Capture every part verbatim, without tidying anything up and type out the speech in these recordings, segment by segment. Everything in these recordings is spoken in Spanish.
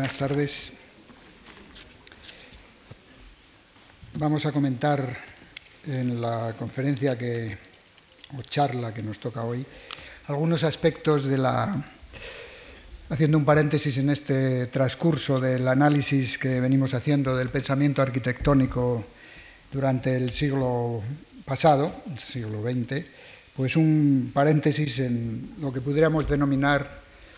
buenas tardes. Vamos a comentar en la conferencia que, o charla que nos toca hoy algunos aspectos de la, haciendo un paréntesis en este transcurso del análisis que venimos haciendo del pensamiento arquitectónico durante el siglo pasado, el siglo veinte, pues un paréntesis en lo que pudiéramos denominar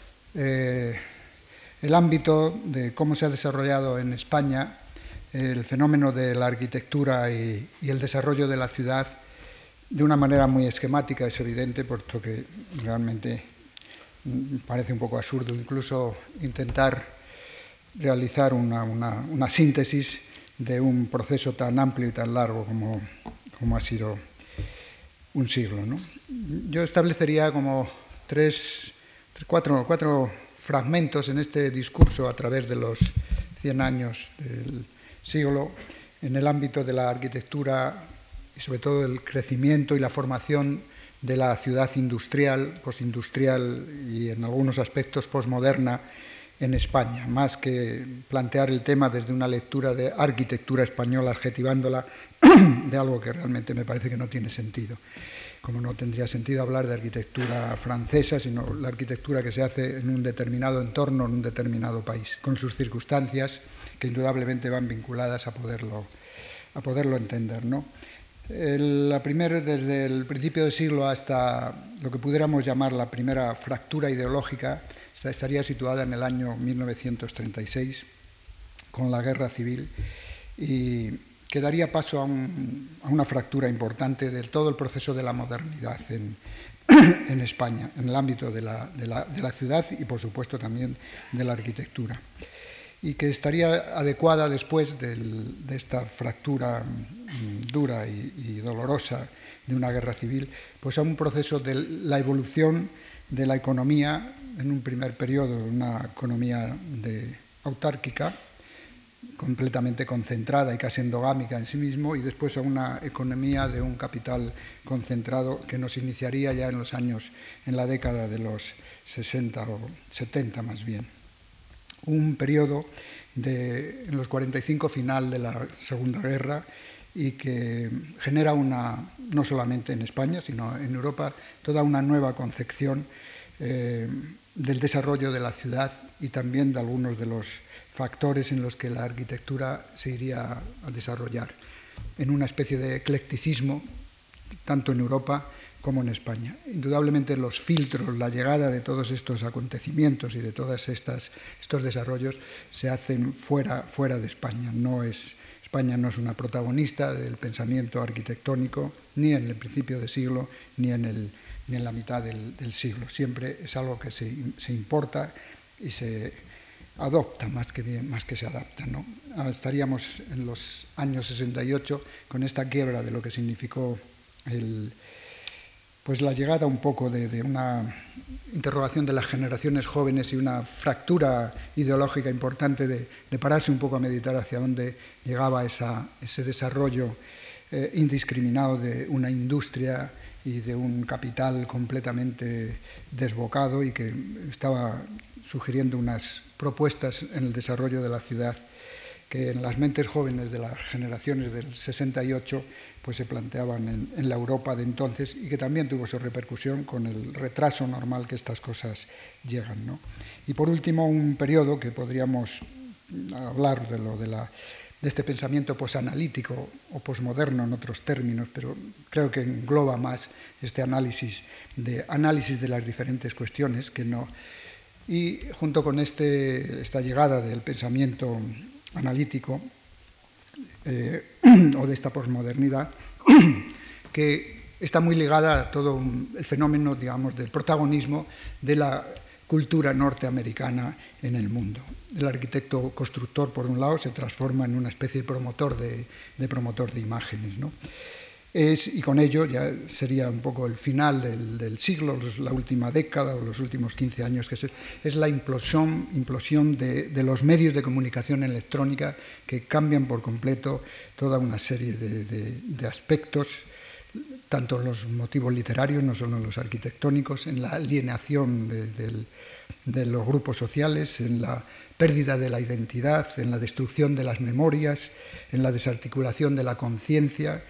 eh, el ámbito de cómo se ha desarrollado en España el fenómeno de la arquitectura y, y el desarrollo de la ciudad de una manera muy esquemática, es evidente, puesto que realmente parece un poco absurdo incluso intentar realizar una, una, una síntesis de un proceso tan amplio y tan largo como, como ha sido un siglo, ¿no? Yo establecería como tres, tres cuatro, cuatro fragmentos en este discurso a través de los cien años del siglo en el ámbito de la arquitectura y sobre todo el crecimiento y la formación de la ciudad industrial, postindustrial y en algunos aspectos posmoderna en España, más que plantear el tema desde una lectura de arquitectura española, adjetivándola de algo que realmente me parece que no tiene sentido. Como no tendría sentido hablar de arquitectura francesa, sino la arquitectura que se hace en un determinado entorno, en un determinado país, con sus circunstancias que indudablemente van vinculadas a poderlo, a poderlo entender, ¿no? El, la primera, desde el principio del siglo hasta lo que pudiéramos llamar la primera fractura ideológica, estaría situada en el año mil novecientos treinta y seis, con la Guerra Civil, y que daría paso a, un, a una fractura importante de todo el proceso de la modernidad en, en España, en el ámbito de la, de, la, de la ciudad y, por supuesto, también de la arquitectura, y que estaría adecuada después del, de esta fractura mm, dura y, y dolorosa de una guerra civil, pues a un proceso de la evolución de la economía, en un primer periodo una economía de, autárquica, completamente concentrada y casi endogámica en sí mismo, y después a una economía de un capital concentrado que nos iniciaría ya en los años, en la década de los sesenta o setenta más bien. Un periodo de, en los cuarenta y cinco final de la Segunda Guerra y que genera una, no solamente en España, sino en Europa, toda una nueva concepción eh, del desarrollo de la ciudad y también de algunos de los factores en los que la arquitectura se iría a desarrollar en una especie de eclecticismo, tanto en Europa como en España. Indudablemente los filtros, la llegada de todos estos acontecimientos y de todos estas, estos desarrollos se hacen fuera, fuera de España. No es, España no es una protagonista del pensamiento arquitectónico, ni en el principio de siglo, ni en, el, ni en la mitad del, del siglo. Siempre es algo que se, se importa y se adopta más que, bien, más que se adapta, ¿no? Estaríamos en los años sesenta y ocho con esta quiebra de lo que significó el... pues la llegada un poco de, de una interrogación de las generaciones jóvenes y una fractura ideológica importante de, de pararse un poco a meditar hacia dónde llegaba esa, ese desarrollo eh, indiscriminado de una industria y de un capital completamente desbocado y que estaba sugiriendo unas propuestas en el desarrollo de la ciudad que en las mentes jóvenes de las generaciones del sesenta y ocho pues se planteaban en, en la Europa de entonces y que también tuvo su repercusión con el retraso normal que estas cosas llegan, ¿no? Y por último, un periodo que podríamos hablar de, lo de, la, de este pensamiento posanalítico o posmoderno en otros términos, pero creo que engloba más este análisis de, análisis de las diferentes cuestiones que no... Y junto con este, esta llegada del pensamiento analítico eh, o de esta posmodernidad que está muy ligada a todo un, el fenómeno, digamos, del protagonismo de la cultura norteamericana en el mundo. El arquitecto constructor, por un lado, se transforma en una especie de promotor de, de, promotor de imágenes, ¿no? Es, y con ello ya sería un poco el final del, del siglo, los, la última década o los últimos quince años, que es, es la implosión, implosión de, de los medios de comunicación electrónica que cambian por completo toda una serie de, de, de aspectos, tanto en los motivos literarios, no solo en los arquitectónicos, en la alienación de, del, de los grupos sociales, en la pérdida de la identidad, en la destrucción de las memorias, en la desarticulación de la conciencia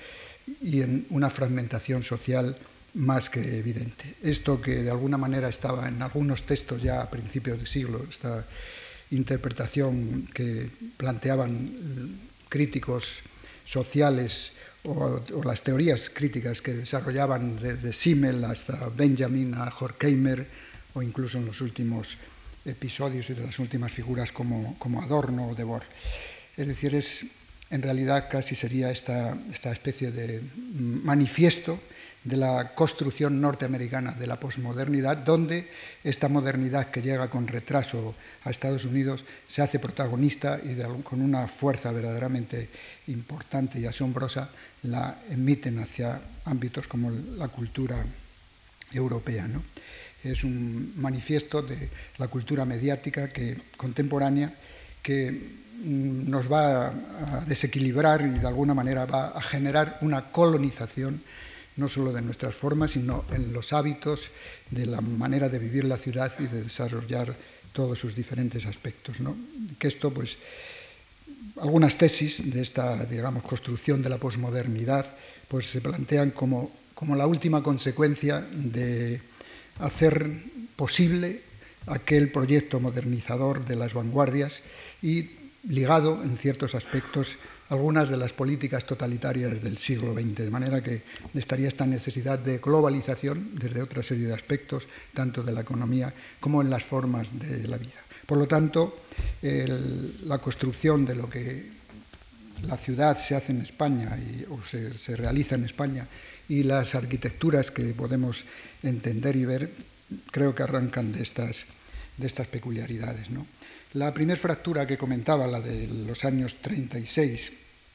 y en una fragmentación social más que evidente. Esto que de alguna manera estaba en algunos textos ya a principios de siglo, esta interpretación que planteaban críticos sociales o, o las teorías críticas que desarrollaban desde Simmel hasta Benjamin, a Horkheimer, o incluso en los últimos episodios y de las últimas figuras como, como Adorno o Debord. Es decir, es, en realidad casi sería esta, esta especie de manifiesto de la construcción norteamericana de la posmodernidad, donde esta modernidad que llega con retraso a Estados Unidos se hace protagonista y de, con una fuerza verdaderamente importante y asombrosa la emiten hacia ámbitos como la cultura europea, ¿no? Es un manifiesto de la cultura mediática que, contemporánea que nos va a desequilibrar y de alguna manera va a generar una colonización no solo de nuestras formas, sino en los hábitos, de la manera de vivir la ciudad y de desarrollar todos sus diferentes aspectos, ¿no? Que esto, pues, algunas tesis de esta, digamos, construcción de la posmodernidad, pues se plantean como, como la última consecuencia de hacer posible aquel proyecto modernizador de las vanguardias y ligado, en ciertos aspectos, algunas de las políticas totalitarias del siglo veinte, de manera que estaría esta necesidad de globalización desde otra serie de aspectos, tanto de la economía como en las formas de la vida. Por lo tanto, el, la construcción de lo que la ciudad se hace en España y, o se, se realiza en España y las arquitecturas que podemos entender y ver, creo que arrancan de estas, de estas peculiaridades, ¿no? La primera fractura que comentaba, la de los años treinta y seis,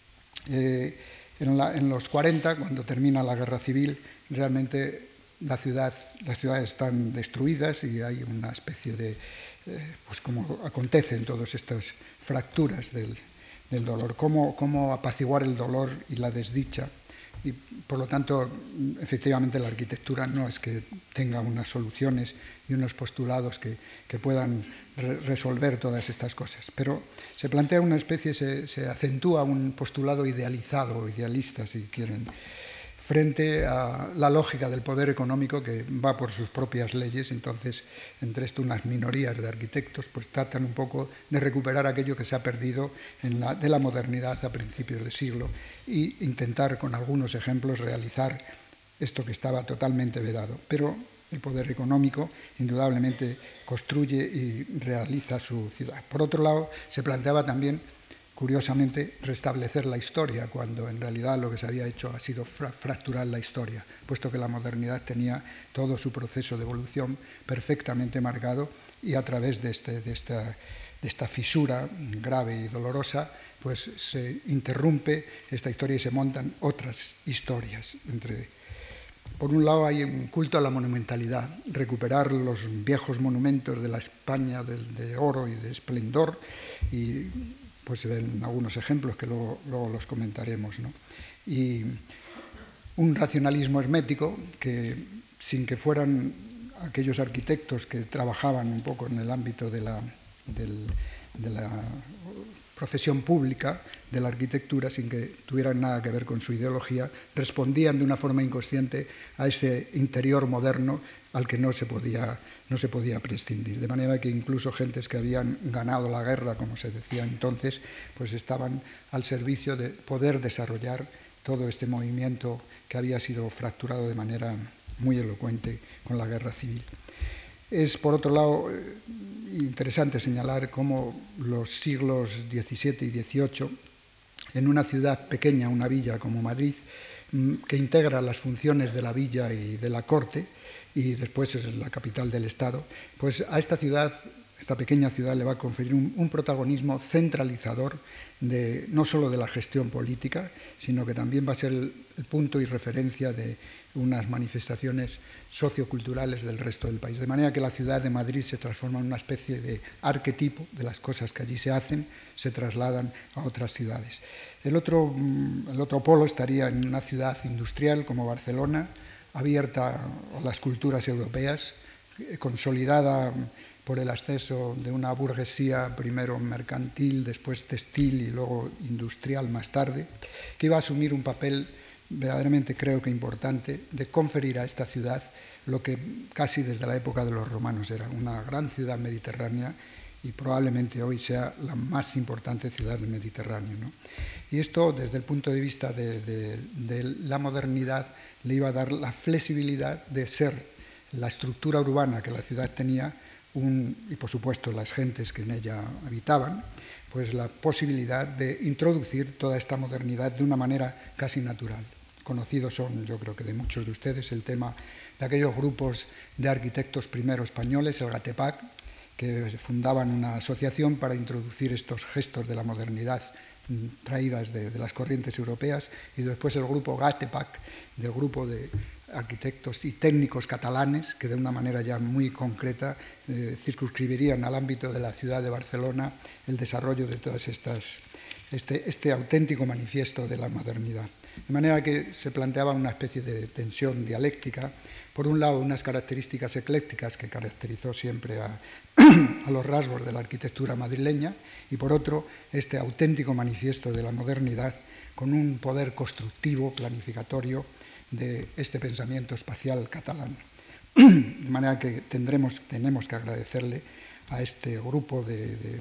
eh, en, la, en los cuarenta, cuando termina la guerra civil, realmente la ciudad, las ciudades están destruidas y hay una especie de, eh, pues como acontecen todas estas fracturas del, del dolor, cómo, cómo apaciguar el dolor y la desdicha. Y por lo tanto, efectivamente, la arquitectura no es que tenga unas soluciones y unos postulados que, que puedan re resolver todas estas cosas, pero se plantea una especie, se, se acentúa un postulado idealizado, idealista, si quieren, frente a la lógica del poder económico que va por sus propias leyes. Entonces, entre esto, unas minorías de arquitectos pues tratan un poco de recuperar aquello que se ha perdido en la, de la modernidad a principios de siglo e intentar, con algunos ejemplos, realizar esto que estaba totalmente vedado. Pero el poder económico, indudablemente, construye y realiza su ciudad. Por otro lado, se planteaba también, curiosamente, restablecer la historia, cuando en realidad lo que se había hecho ha sido fra fracturar la historia, puesto que la modernidad tenía todo su proceso de evolución perfectamente marcado y a través de, este, de, esta, de esta fisura grave y dolorosa, pues se interrumpe esta historia y se montan otras historias. Entre, por un lado hay un culto a la monumentalidad, recuperar los viejos monumentos de la España de, de oro y de esplendor, y pues se ven algunos ejemplos que luego, luego los comentaremos, ¿no? Y un racionalismo hermético que, sin que fueran aquellos arquitectos que trabajaban un poco en el ámbito de la, del, de la profesión pública de la arquitectura, sin que tuvieran nada que ver con su ideología, respondían de una forma inconsciente a ese interior moderno al que no se podía, no se podía prescindir. De manera que incluso gentes que habían ganado la guerra, como se decía entonces, pues estaban al servicio de poder desarrollar todo este movimiento que había sido fracturado de manera muy elocuente con la guerra civil. Es, por otro lado, interesante señalar cómo los siglos diecisiete y dieciocho, en una ciudad pequeña, una villa como Madrid, que integra las funciones de la villa y de la corte, y después es la capital del Estado, pues a esta ciudad, esta pequeña ciudad, le va a conferir un, un protagonismo centralizador de, no solo de la gestión política, sino que también va a ser el, el punto y referencia de unas manifestaciones socioculturales del resto del país. De manera que la ciudad de Madrid se transforma en una especie de arquetipo de las cosas que allí se hacen, se trasladan a otras ciudades. El otro, el otro polo estaría en una ciudad industrial como Barcelona, abierta a las culturas europeas, consolidada por el ascenso de una burguesía, primero mercantil, después textil y luego industrial más tarde, que iba a asumir un papel verdaderamente creo que importante de conferir a esta ciudad lo que casi desde la época de los romanos era una gran ciudad mediterránea y probablemente hoy sea la más importante ciudad del Mediterráneo, ¿no? Y esto, desde el punto de vista de, de, de la modernidad, le iba a dar la flexibilidad de ser la estructura urbana que la ciudad tenía, un, y por supuesto las gentes que en ella habitaban, pues la posibilidad de introducir toda esta modernidad de una manera casi natural. Conocidos son, yo creo que de muchos de ustedes, el tema de aquellos grupos de arquitectos primero españoles, el GATEPAC, que fundaban una asociación para introducir estos gestos de la modernidad traídas de, de las corrientes europeas, y después el grupo GATEPAC, del grupo de arquitectos y técnicos catalanes, que de una manera ya muy concreta eh, circunscribirían al ámbito de la ciudad de Barcelona el desarrollo de todas estas, este, este auténtico manifiesto de la modernidad. De manera que se planteaba una especie de tensión dialéctica, por un lado unas características eclécticas que caracterizó siempre a, a los rasgos de la arquitectura madrileña, y por otro este auténtico manifiesto de la modernidad con un poder constructivo, planificatorio de este pensamiento espacial catalán. De manera que tendremos, tenemos que agradecerle a este grupo de, de,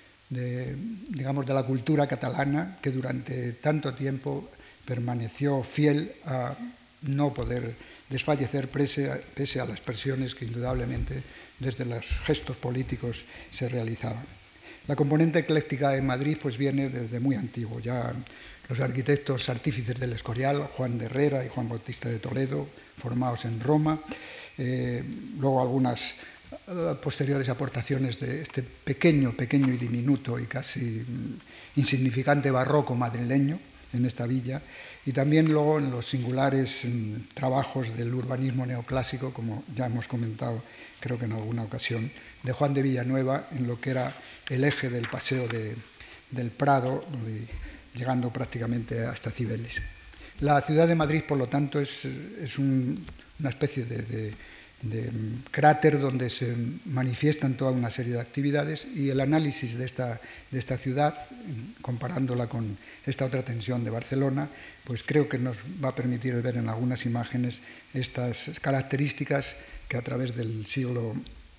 de, digamos, de la cultura catalana que durante tanto tiempo permaneció fiel a no poder desfallecer pese a, pese a las presiones que indudablemente desde los gestos políticos se realizaban. La componente ecléctica en Madrid pues viene desde muy antiguo. Ya los arquitectos artífices del Escorial, Juan de Herrera y Juan Bautista de Toledo, formados en Roma, eh, luego algunas uh, posteriores aportaciones de este pequeño, pequeño y diminuto y casi um, insignificante barroco madrileño en esta villa, y también luego en los singulares um, trabajos del urbanismo neoclásico, como ya hemos comentado, creo que en alguna ocasión, de Juan de Villanueva, en lo que era el eje del paseo de, del Prado, de, llegando prácticamente hasta Cibeles. La ciudad de Madrid, por lo tanto, es, es un, una especie de, de, de cráter donde se manifiestan toda una serie de actividades, y el análisis de esta, de esta ciudad, comparándola con esta otra tensión de Barcelona, pues creo que nos va a permitir ver en algunas imágenes estas características que a través del siglo,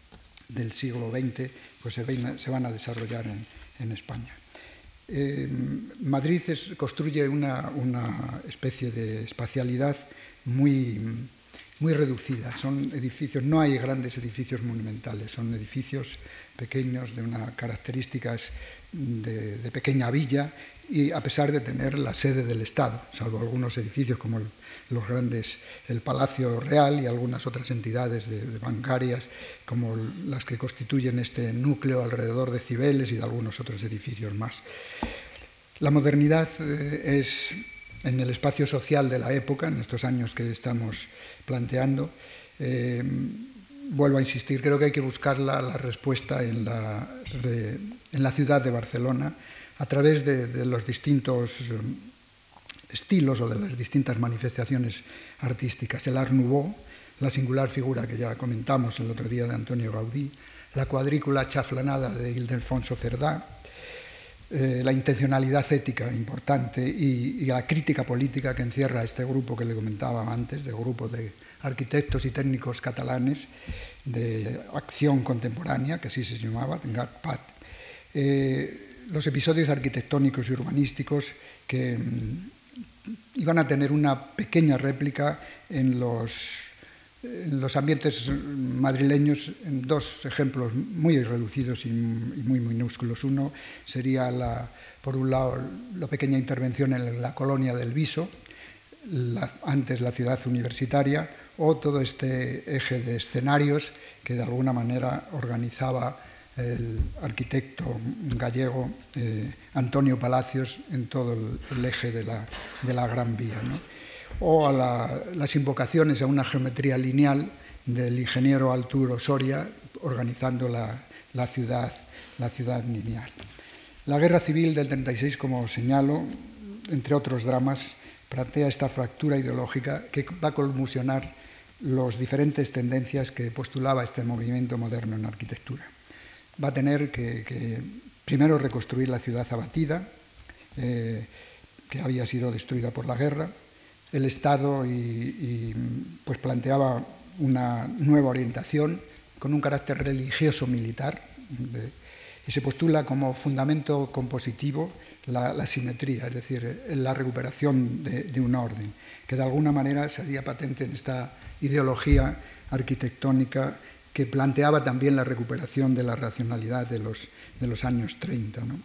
del siglo veinte pues se, ven, se van a desarrollar en, en España. Eh, Madrid es, construye una, una especie de espacialidad muy, muy reducida. Son edificios, no hay grandes edificios monumentales, son edificios pequeños de unas características de, de pequeña villa, y a pesar de tener la sede del Estado, salvo algunos edificios como el, los grandes, el Palacio Real y algunas otras entidades de, de bancarias, como las que constituyen este núcleo alrededor de Cibeles y de algunos otros edificios más. La modernidad eh, es, en el espacio social de la época, en estos años que estamos planteando, eh, vuelvo a insistir, creo que hay que buscar la, la respuesta en la, en la ciudad de Barcelona, a través de, de los distintos estilos o de las distintas manifestaciones artísticas. El Art Nouveau, la singular figura que ya comentamos el otro día de Antonio Gaudí, la cuadrícula chaflanada de Ildefonso Cerdá, eh, la intencionalidad ética importante y, y la crítica política que encierra este grupo que le comentaba antes, de grupo de arquitectos y técnicos catalanes de acción contemporánea, que así se llamaba, GATPAT. Eh, los episodios arquitectónicos y urbanísticos que mm, iban a tener una pequeña réplica en los, en los ambientes madrileños, en dos ejemplos muy reducidos y, y muy minúsculos. Uno sería, la, por un lado, la pequeña intervención en la colonia del Viso, la, antes la ciudad universitaria, o todo este eje de escenarios que de alguna manera organizaba el arquitecto gallego eh, Antonio Palacios en todo el, el eje de la, de la Gran Vía, ¿no? O a la, las invocaciones a una geometría lineal del ingeniero Arturo Soria organizando la, la, ciudad, la ciudad lineal. La Guerra Civil del treinta y seis, como señalo, entre otros dramas, plantea esta fractura ideológica que va a convulsionar las diferentes tendencias que postulaba este movimiento moderno en arquitectura. va a tener que, que primero reconstruir la ciudad abatida, eh, que había sido destruida por la guerra. El Estado y, y, pues planteaba una nueva orientación con un carácter religioso-militar, de, y se postula como fundamento compositivo la, la simetría, es decir, la recuperación de, de una orden, que de alguna manera se haría patente en esta ideología arquitectónica que planteaba también la recuperación de la racionalidad de los, de los años treinta, ¿no?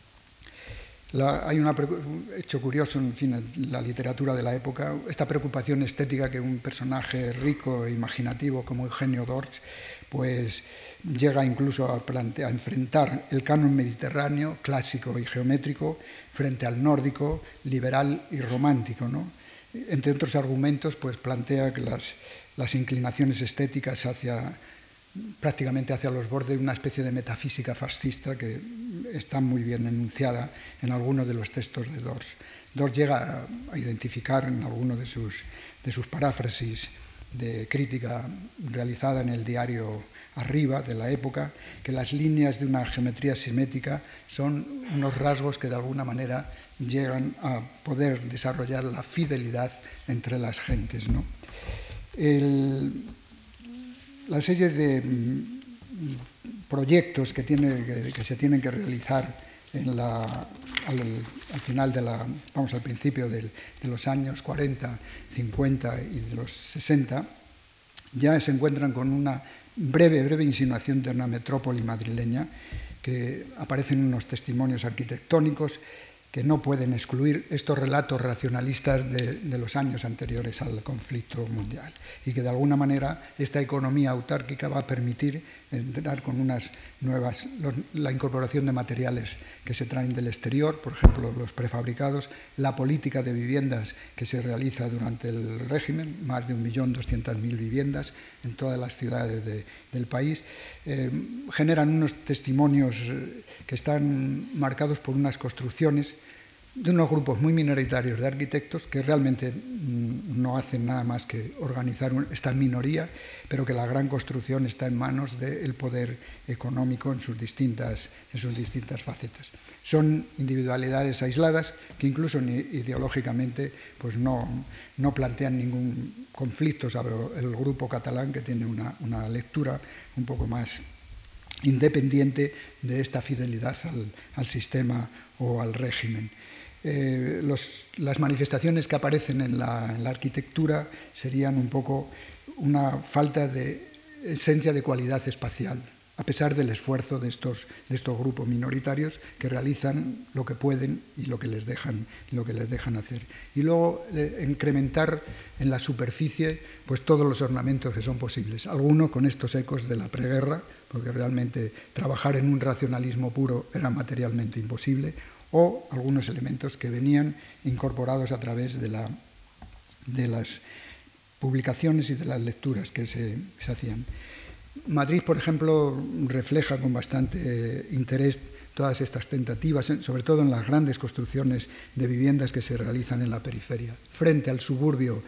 La, hay un hecho curioso, en fin, en la literatura de la época, esta preocupación estética que un personaje rico e imaginativo como Eugenio d'Ors pues llega incluso a, plantear, a enfrentar el canon mediterráneo, clásico y geométrico, frente al nórdico, liberal y romántico, ¿no? Entre otros argumentos, pues plantea que las, las inclinaciones estéticas hacia, prácticamente hacia los bordes de una especie de metafísica fascista que está muy bien enunciada en algunos de los textos de Dors. Dors llega a identificar en alguno de sus, de sus paráfrasis de crítica realizada en el diario Arriba de la época, que las líneas de una geometría simétrica son unos rasgos que de alguna manera llegan a poder desarrollar la fidelidad entre las gentes, ¿no? El, la serie de proyectos que, tiene, que, que se tienen que realizar en la, al, al final de la, vamos al principio del, de los años cuarenta, cincuenta y de los sesenta, ya se encuentran con una breve, breve insinuación de una metrópoli madrileña que aparecen unos testimonios arquitectónicos que no pueden excluir estos relatos racionalistas de, de los años anteriores al conflicto mundial y que de alguna manera esta economía autárquica va a permitir entrar con unas nuevas, los, la incorporación de materiales que se traen del exterior, por ejemplo los prefabricados, la política de viviendas que se realiza durante el régimen, más de un millón doscientas mil viviendas en todas las ciudades de, del país, eh, generan unos testimonios eh, que están marcados por unas construcciones de unos grupos muy minoritarios de arquitectos que realmente no hacen nada más que organizar esta minoría, pero que la gran construcción está en manos del poder económico en sus distintas, en sus distintas facetas. Son individualidades aisladas que incluso ideológicamente pues no, no plantean ningún conflicto sobre el grupo catalán, que tiene una, una lectura un poco más independiente de esta fidelidad al, al sistema o al régimen. Eh, los, las manifestaciones que aparecen en la, en la arquitectura serían un poco una falta de esencia de cualidad espacial, a pesar del esfuerzo de estos, de estos grupos minoritarios que realizan lo que pueden y lo que les dejan, lo que les dejan hacer. Y luego eh, incrementar en la superficie pues, todos los ornamentos que son posibles, algunos con estos ecos de la preguerra, porque realmente trabajar en un racionalismo puro era materialmente imposible, o algunos elementos que venían incorporados a través de, la, de las publicaciones y de las lecturas que se, se hacían. Madrid, por ejemplo, refleja con bastante interés todas estas tentativas, sobre todo en las grandes construcciones de viviendas que se realizan en la periferia, frente al suburbio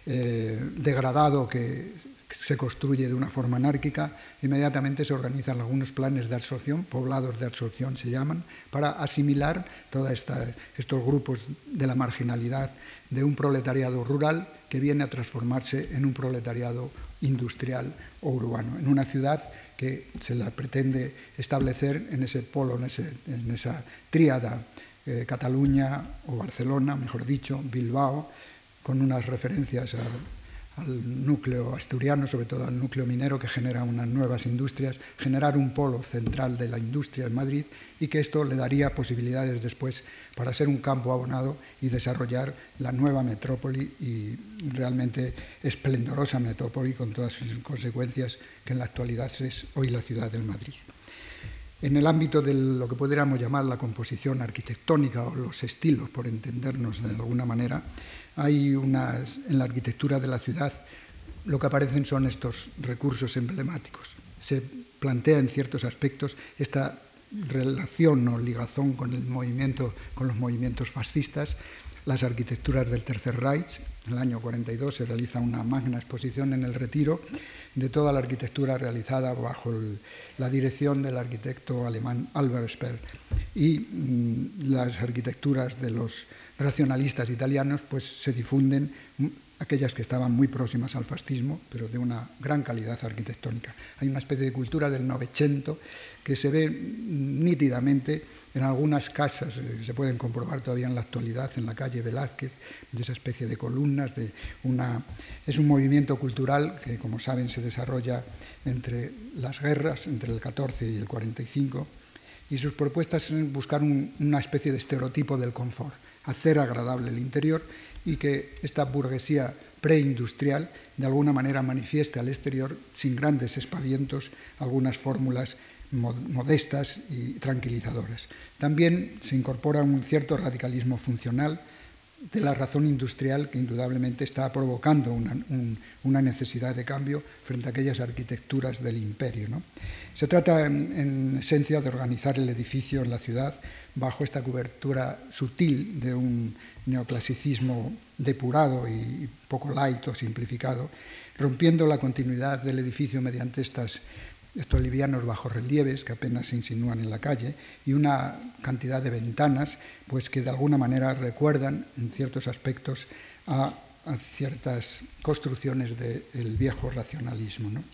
eh, degradado que se construye de una forma anárquica. Inmediatamente se organizan algunos planes de absorción, poblados de absorción se llaman, para asimilar todos estos grupos de la marginalidad de un proletariado rural que viene a transformarse en un proletariado industrial o urbano, en una ciudad que se la pretende establecer en ese polo, en, ese, en esa tríada eh, Cataluña o Barcelona, mejor dicho, Bilbao, con unas referencias a al núcleo asturiano, sobre todo al núcleo minero, que genera unas nuevas industrias, generar un polo central de la industria en Madrid, y que esto le daría posibilidades después para ser un campo abonado y desarrollar la nueva metrópoli y realmente esplendorosa metrópoli con todas sus consecuencias que en la actualidad es hoy la ciudad del Madrid. En el ámbito de lo que pudiéramos llamar la composición arquitectónica o los estilos, por entendernos de alguna manera, hay unas, en la arquitectura de la ciudad, lo que aparecen son estos recursos emblemáticos. Se plantea en ciertos aspectos esta relación o ligazón con el movimiento, con los movimientos fascistas, las arquitecturas del Tercer Reich. En el año cuarenta y dos se realiza una magna exposición en el Retiro de toda la arquitectura realizada bajo el, la dirección del arquitecto alemán Albert Speer. Y mmm, las arquitecturas de los racionalistas italianos pues, se difunden, aquellas que estaban muy próximas al fascismo, pero de una gran calidad arquitectónica. Hay una especie de cultura del Novecento que se ve nítidamente en algunas casas, eh, se pueden comprobar todavía en la actualidad, en la calle Velázquez, de esa especie de columnas. De una, es un movimiento cultural que, como saben, se desarrolla entre las guerras, entre el catorce y el cuarenta y cinco, y sus propuestas son buscar un, una especie de estereotipo del confort, hacer agradable el interior y que esta burguesía preindustrial de alguna manera manifieste al exterior, sin grandes espavientos, algunas fórmulas modestas y tranquilizadoras. También se incorpora un cierto radicalismo funcional de la razón industrial que indudablemente está provocando una, un, una necesidad de cambio frente a aquellas arquitecturas del imperio, ¿no? Se trata en, en esencia de organizar el edificio en la ciudad bajo esta cobertura sutil de un neoclasicismo depurado y poco light o simplificado, rompiendo la continuidad del edificio mediante estas estos livianos bajorrelieves que apenas se insinúan en la calle y una cantidad de ventanas pues, que de alguna manera recuerdan en ciertos aspectos a, a ciertas construcciones del viejo racionalismo, ¿no?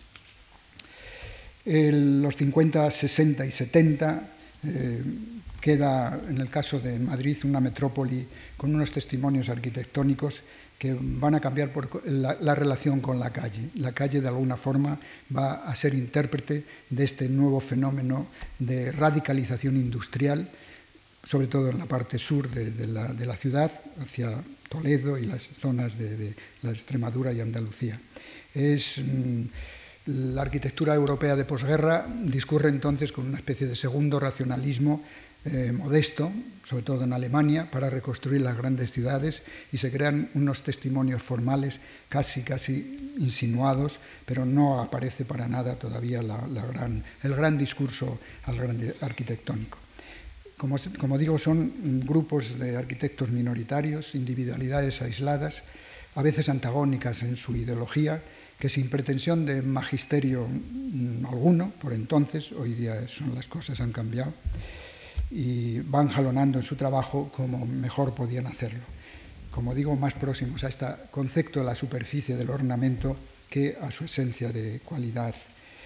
El, los cincuenta, sesenta y setenta eh, queda, en el caso de Madrid, una metrópoli con unos testimonios arquitectónicos que van a cambiar por la, la relación con la calle. La calle, de alguna forma, va a ser intérprete de este nuevo fenómeno de radicalización industrial, sobre todo en la parte sur de, de, la, de la ciudad, hacia Toledo y las zonas de, de la Extremadura y Andalucía. Es, mm, la arquitectura europea de posguerra discurre entonces con una especie de segundo racionalismo Eh, modesto, sobre todo en Alemania, para reconstruir las grandes ciudades, y se crean unos testimonios formales casi, casi insinuados, pero no aparece para nada todavía la, la gran, el gran discurso arquitectónico. Como, como digo, son grupos de arquitectos minoritarios, individualidades aisladas, a veces antagónicas en su ideología, que sin pretensión de magisterio alguno, por entonces, hoy día son las cosas han cambiado, y van jalonando en su trabajo como mejor podían hacerlo. Como digo, más próximos a este concepto de la superficie del ornamento que a su esencia de cualidad,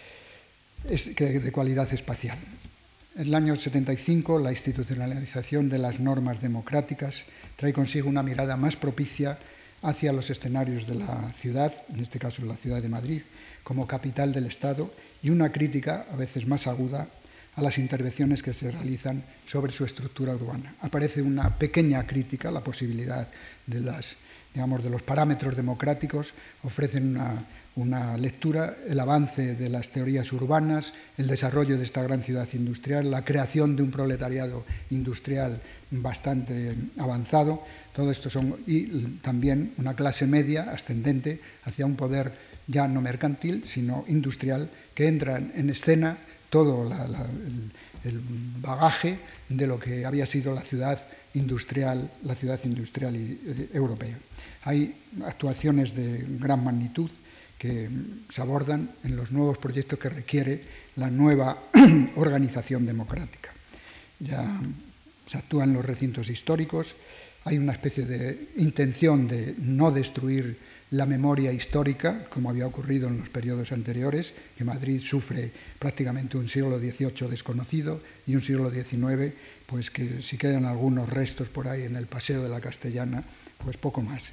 de cualidad espacial. En el año setenta y cinco, la institucionalización de las normas democráticas trae consigo una mirada más propicia hacia los escenarios de la ciudad, en este caso la ciudad de Madrid, como capital del Estado, y una crítica a veces más aguda a las intervenciones que se realizan sobre su estructura urbana. Aparece una pequeña crítica, la posibilidad de, las, digamos, de los parámetros democráticos, ofrecen una, una lectura, el avance de las teorías urbanas, el desarrollo de esta gran ciudad industrial, la creación de un proletariado industrial bastante avanzado, todo esto son, y también una clase media ascendente hacia un poder ya no mercantil, sino industrial, que entra en escena todo la, la, el, el bagaje de lo que había sido la ciudad industrial, la ciudad industrial y, eh, europea. Hay actuaciones de gran magnitud que se abordan en los nuevos proyectos que requiere la nueva organización democrática. Ya se actúa en los recintos históricos, hay una especie de intención de no destruir la memoria histórica, como había ocurrido en los periodos anteriores, que Madrid sufre prácticamente un siglo dieciocho desconocido y un siglo diecinueve, pues que si quedan algunos restos por ahí en el Paseo de la Castellana, pues poco más.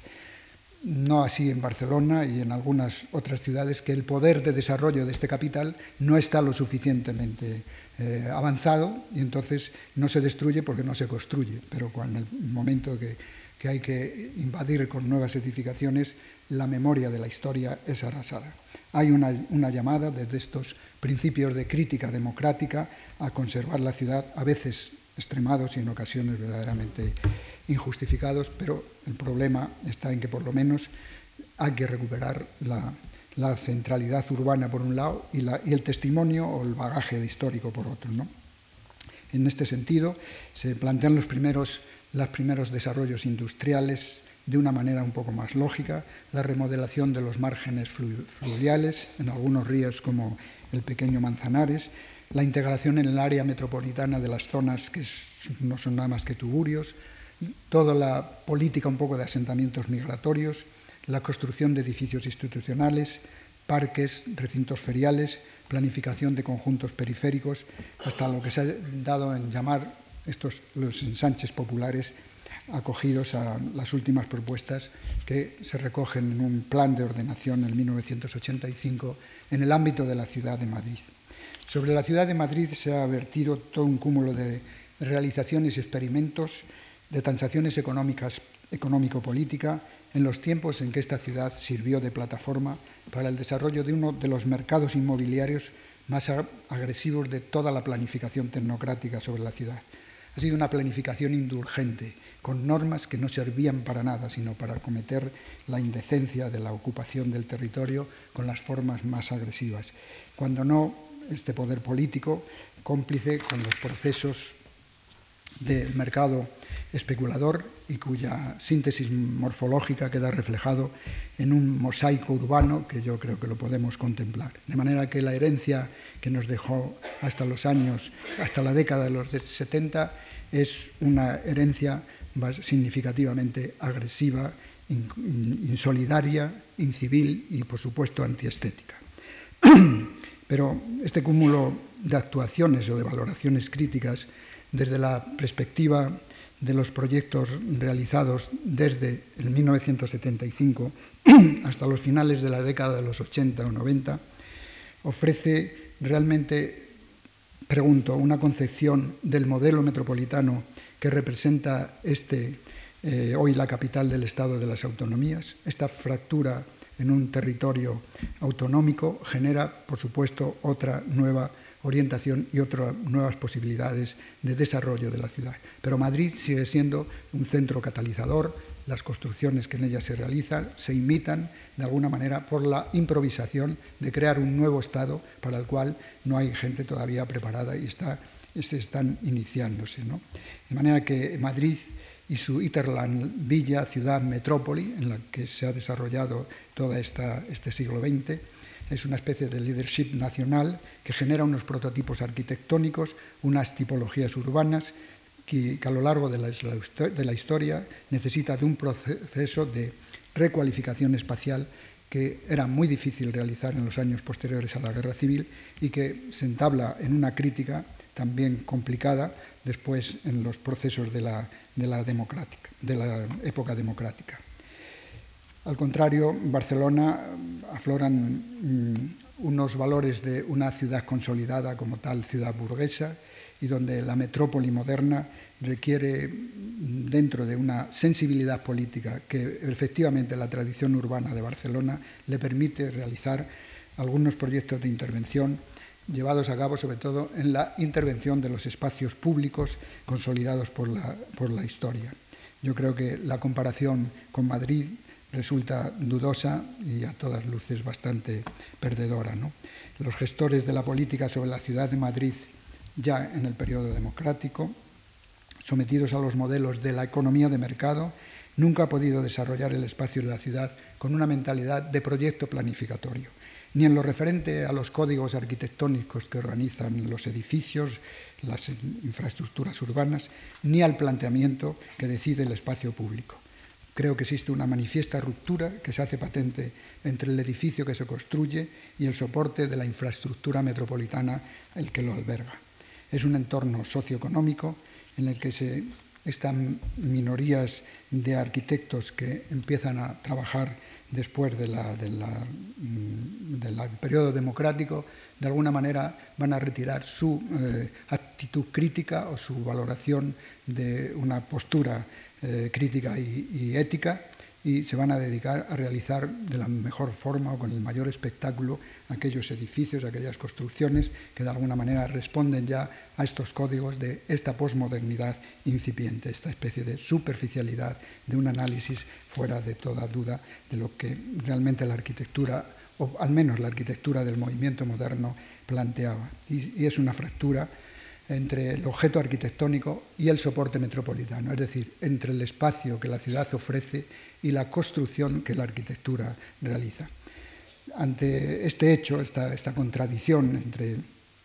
No así en Barcelona y en algunas otras ciudades, que el poder de desarrollo de este capital no está lo suficientemente eh, avanzado y entonces no se destruye porque no se construye, pero cuando en el momento que, que hay que invadir con nuevas edificaciones, la memoria de la historia es arrasada. Hay una, una llamada desde estos principios de crítica democrática a conservar la ciudad, a veces extremados y en ocasiones verdaderamente injustificados, pero el problema está en que por lo menos hay que recuperar la, la centralidad urbana por un lado y, la, y el testimonio o el bagaje histórico por otro, ¿no? En este sentido, se plantean los primeros, los primeros desarrollos industriales de una manera un poco más lógica, la remodelación de los márgenes fluviales en algunos ríos como el pequeño Manzanares, la integración en el área metropolitana de las zonas que no son nada más que tuburios, toda la política un poco de asentamientos migratorios, la construcción de edificios institucionales, parques, recintos feriales, planificación de conjuntos periféricos, hasta lo que se ha dado en llamar estos los ensanches populares, acogidos a las últimas propuestas que se recogen en un plan de ordenación en mil novecientos ochenta y cinco en el ámbito de la ciudad de Madrid. Sobre la ciudad de Madrid se ha vertido todo un cúmulo de realizaciones y experimentos de transacciones económicas, económico-política en los tiempos en que esta ciudad sirvió de plataforma para el desarrollo de uno de los mercados inmobiliarios más agresivos de toda la planificación tecnocrática sobre la ciudad. Ha sido una planificación indulgente, con normas que no servían para nada, sino para cometer la indecencia de la ocupación del territorio con las formas más agresivas. Cuando no, este poder político, cómplice con los procesos del mercado especulador y cuya síntesis morfológica queda reflejado en un mosaico urbano que yo creo que lo podemos contemplar. De manera que la herencia que nos dejó hasta los años, hasta la década de los setenta, es una herencia significativamente agresiva, insolidaria, incivil y, por supuesto, antiestética. Pero este cúmulo de actuaciones o de valoraciones críticas desde la perspectiva de los proyectos realizados desde el mil novecientos setenta y cinco hasta los finales de la década de los ochenta o noventa, ofrece realmente, pregunto, una concepción del modelo metropolitano que representa este, eh, hoy la capital del Estado de las Autonomías. Esta fractura en un territorio autonómico genera, por supuesto, otra nueva orientación y otras nuevas posibilidades de desarrollo de la ciudad. Pero Madrid sigue siendo un centro catalizador, las construcciones que en ella se realizan se imitan de alguna manera por la improvisación de crear un nuevo Estado para el cual no hay gente todavía preparada y está, se están iniciándose, ¿no? De manera que Madrid y su hinterland, villa, ciudad, metrópoli, en la que se ha desarrollado todo esta, este siglo veinte, es una especie de leadership nacional que genera unos prototipos arquitectónicos, unas tipologías urbanas que, que a lo largo de la, de la historia necesita de un proceso de recualificación espacial que era muy difícil realizar en los años posteriores a la Guerra Civil y que se entabla en una crítica también complicada después en los procesos de la, de la, democrática, de la época democrática. Al contrario, en Barcelona afloran mm, unos valores de una ciudad consolidada como tal, ciudad burguesa, y donde la metrópoli moderna requiere, dentro de una sensibilidad política que efectivamente la tradición urbana de Barcelona le permite realizar algunos proyectos de intervención llevados a cabo sobre todo en la intervención de los espacios públicos consolidados por la, por la historia. Yo creo que la comparación con Madrid resulta dudosa y a todas luces bastante perdedora, ¿no? Los gestores de la política sobre la ciudad de Madrid, ya en el periodo democrático, sometidos a los modelos de la economía de mercado, nunca ha podido desarrollar el espacio de la ciudad con una mentalidad de proyecto planificatorio, ni en lo referente a los códigos arquitectónicos que organizan los edificios, las infraestructuras urbanas, ni al planteamiento que decide el espacio público. Creo que existe una manifiesta ruptura que se hace patente entre el edificio que se construye y el soporte de la infraestructura metropolitana el que lo alberga. Es un entorno socioeconómico en el que se, están minorías de arquitectos que empiezan a trabajar después de la, de la, del periodo democrático, de alguna manera van a retirar su eh, actitud crítica o su valoración de una postura eh, crítica y, y ética y se van a dedicar a realizar de la mejor forma o con el mayor espectáculo aquellos edificios, aquellas construcciones que de alguna manera responden ya a estos códigos de esta posmodernidad incipiente, esta especie de superficialidad de un análisis fuera de toda duda de lo que realmente la arquitectura, o al menos la arquitectura del movimiento moderno, planteaba. Y, y es una fractura entre el objeto arquitectónico y el soporte metropolitano, es decir, entre el espacio que la ciudad ofrece y la construcción que la arquitectura realiza. Ante este hecho, esta, esta contradicción entre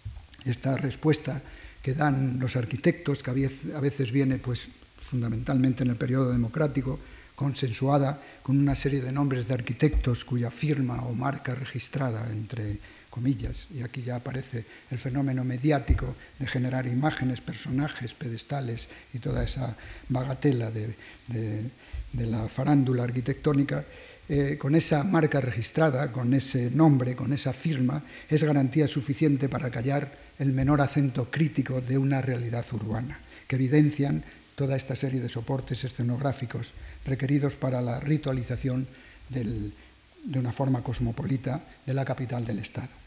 esta respuesta que dan los arquitectos, que a veces viene pues, fundamentalmente en el periodo democrático, consensuada con una serie de nombres de arquitectos cuya firma o marca registrada, entre comillas, y aquí ya aparece el fenómeno mediático de generar imágenes, personajes, pedestales y toda esa bagatela de, de, de la farándula arquitectónica, eh, con esa marca registrada, con ese nombre, con esa firma, es garantía suficiente para callar el menor acento crítico de una realidad urbana, que evidencian toda esta serie de soportes escenográficos requeridos para la ritualización del, de una forma cosmopolita de la capital del Estado.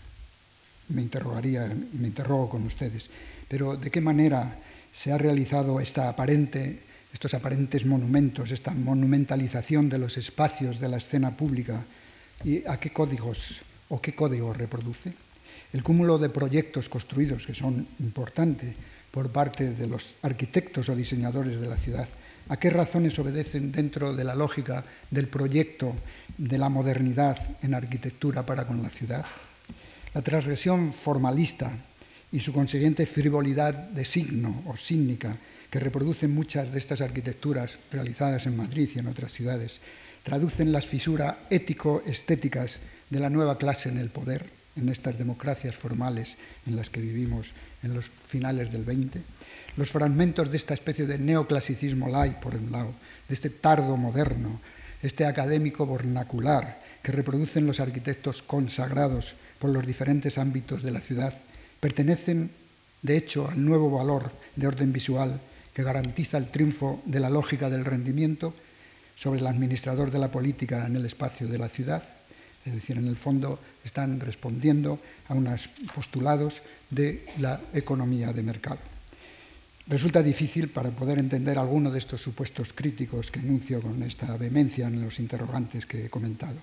Me interrogaría y me interrogo con ustedes, pero ¿de qué manera se ha realizado esta aparente, estos aparentes monumentos, esta monumentalización de los espacios de la escena pública y a qué códigos o qué códigos reproduce? El cúmulo de proyectos construidos, que son importantes por parte de los arquitectos o diseñadores de la ciudad, ¿a qué razones obedecen dentro de la lógica del proyecto de la modernidad en arquitectura para con la ciudad? La transgresión formalista y su consiguiente frivolidad de signo o sígnica que reproducen muchas de estas arquitecturas realizadas en Madrid y en otras ciudades, traducen las fisuras ético-estéticas de la nueva clase en el poder, en estas democracias formales en las que vivimos en los finales del veinte. Los fragmentos de esta especie de neoclasicismo light, por un lado, de este tardo moderno, este académico vernacular que reproducen los arquitectos consagrados por los diferentes ámbitos de la ciudad, pertenecen, de hecho, al nuevo valor de orden visual que garantiza el triunfo de la lógica del rendimiento sobre el administrador de la política en el espacio de la ciudad. Es decir, en el fondo están respondiendo a unos postulados de la economía de mercado. Resulta difícil, para poder entender alguno de estos supuestos críticos que enuncio con esta vehemencia en los interrogantes que he comentado.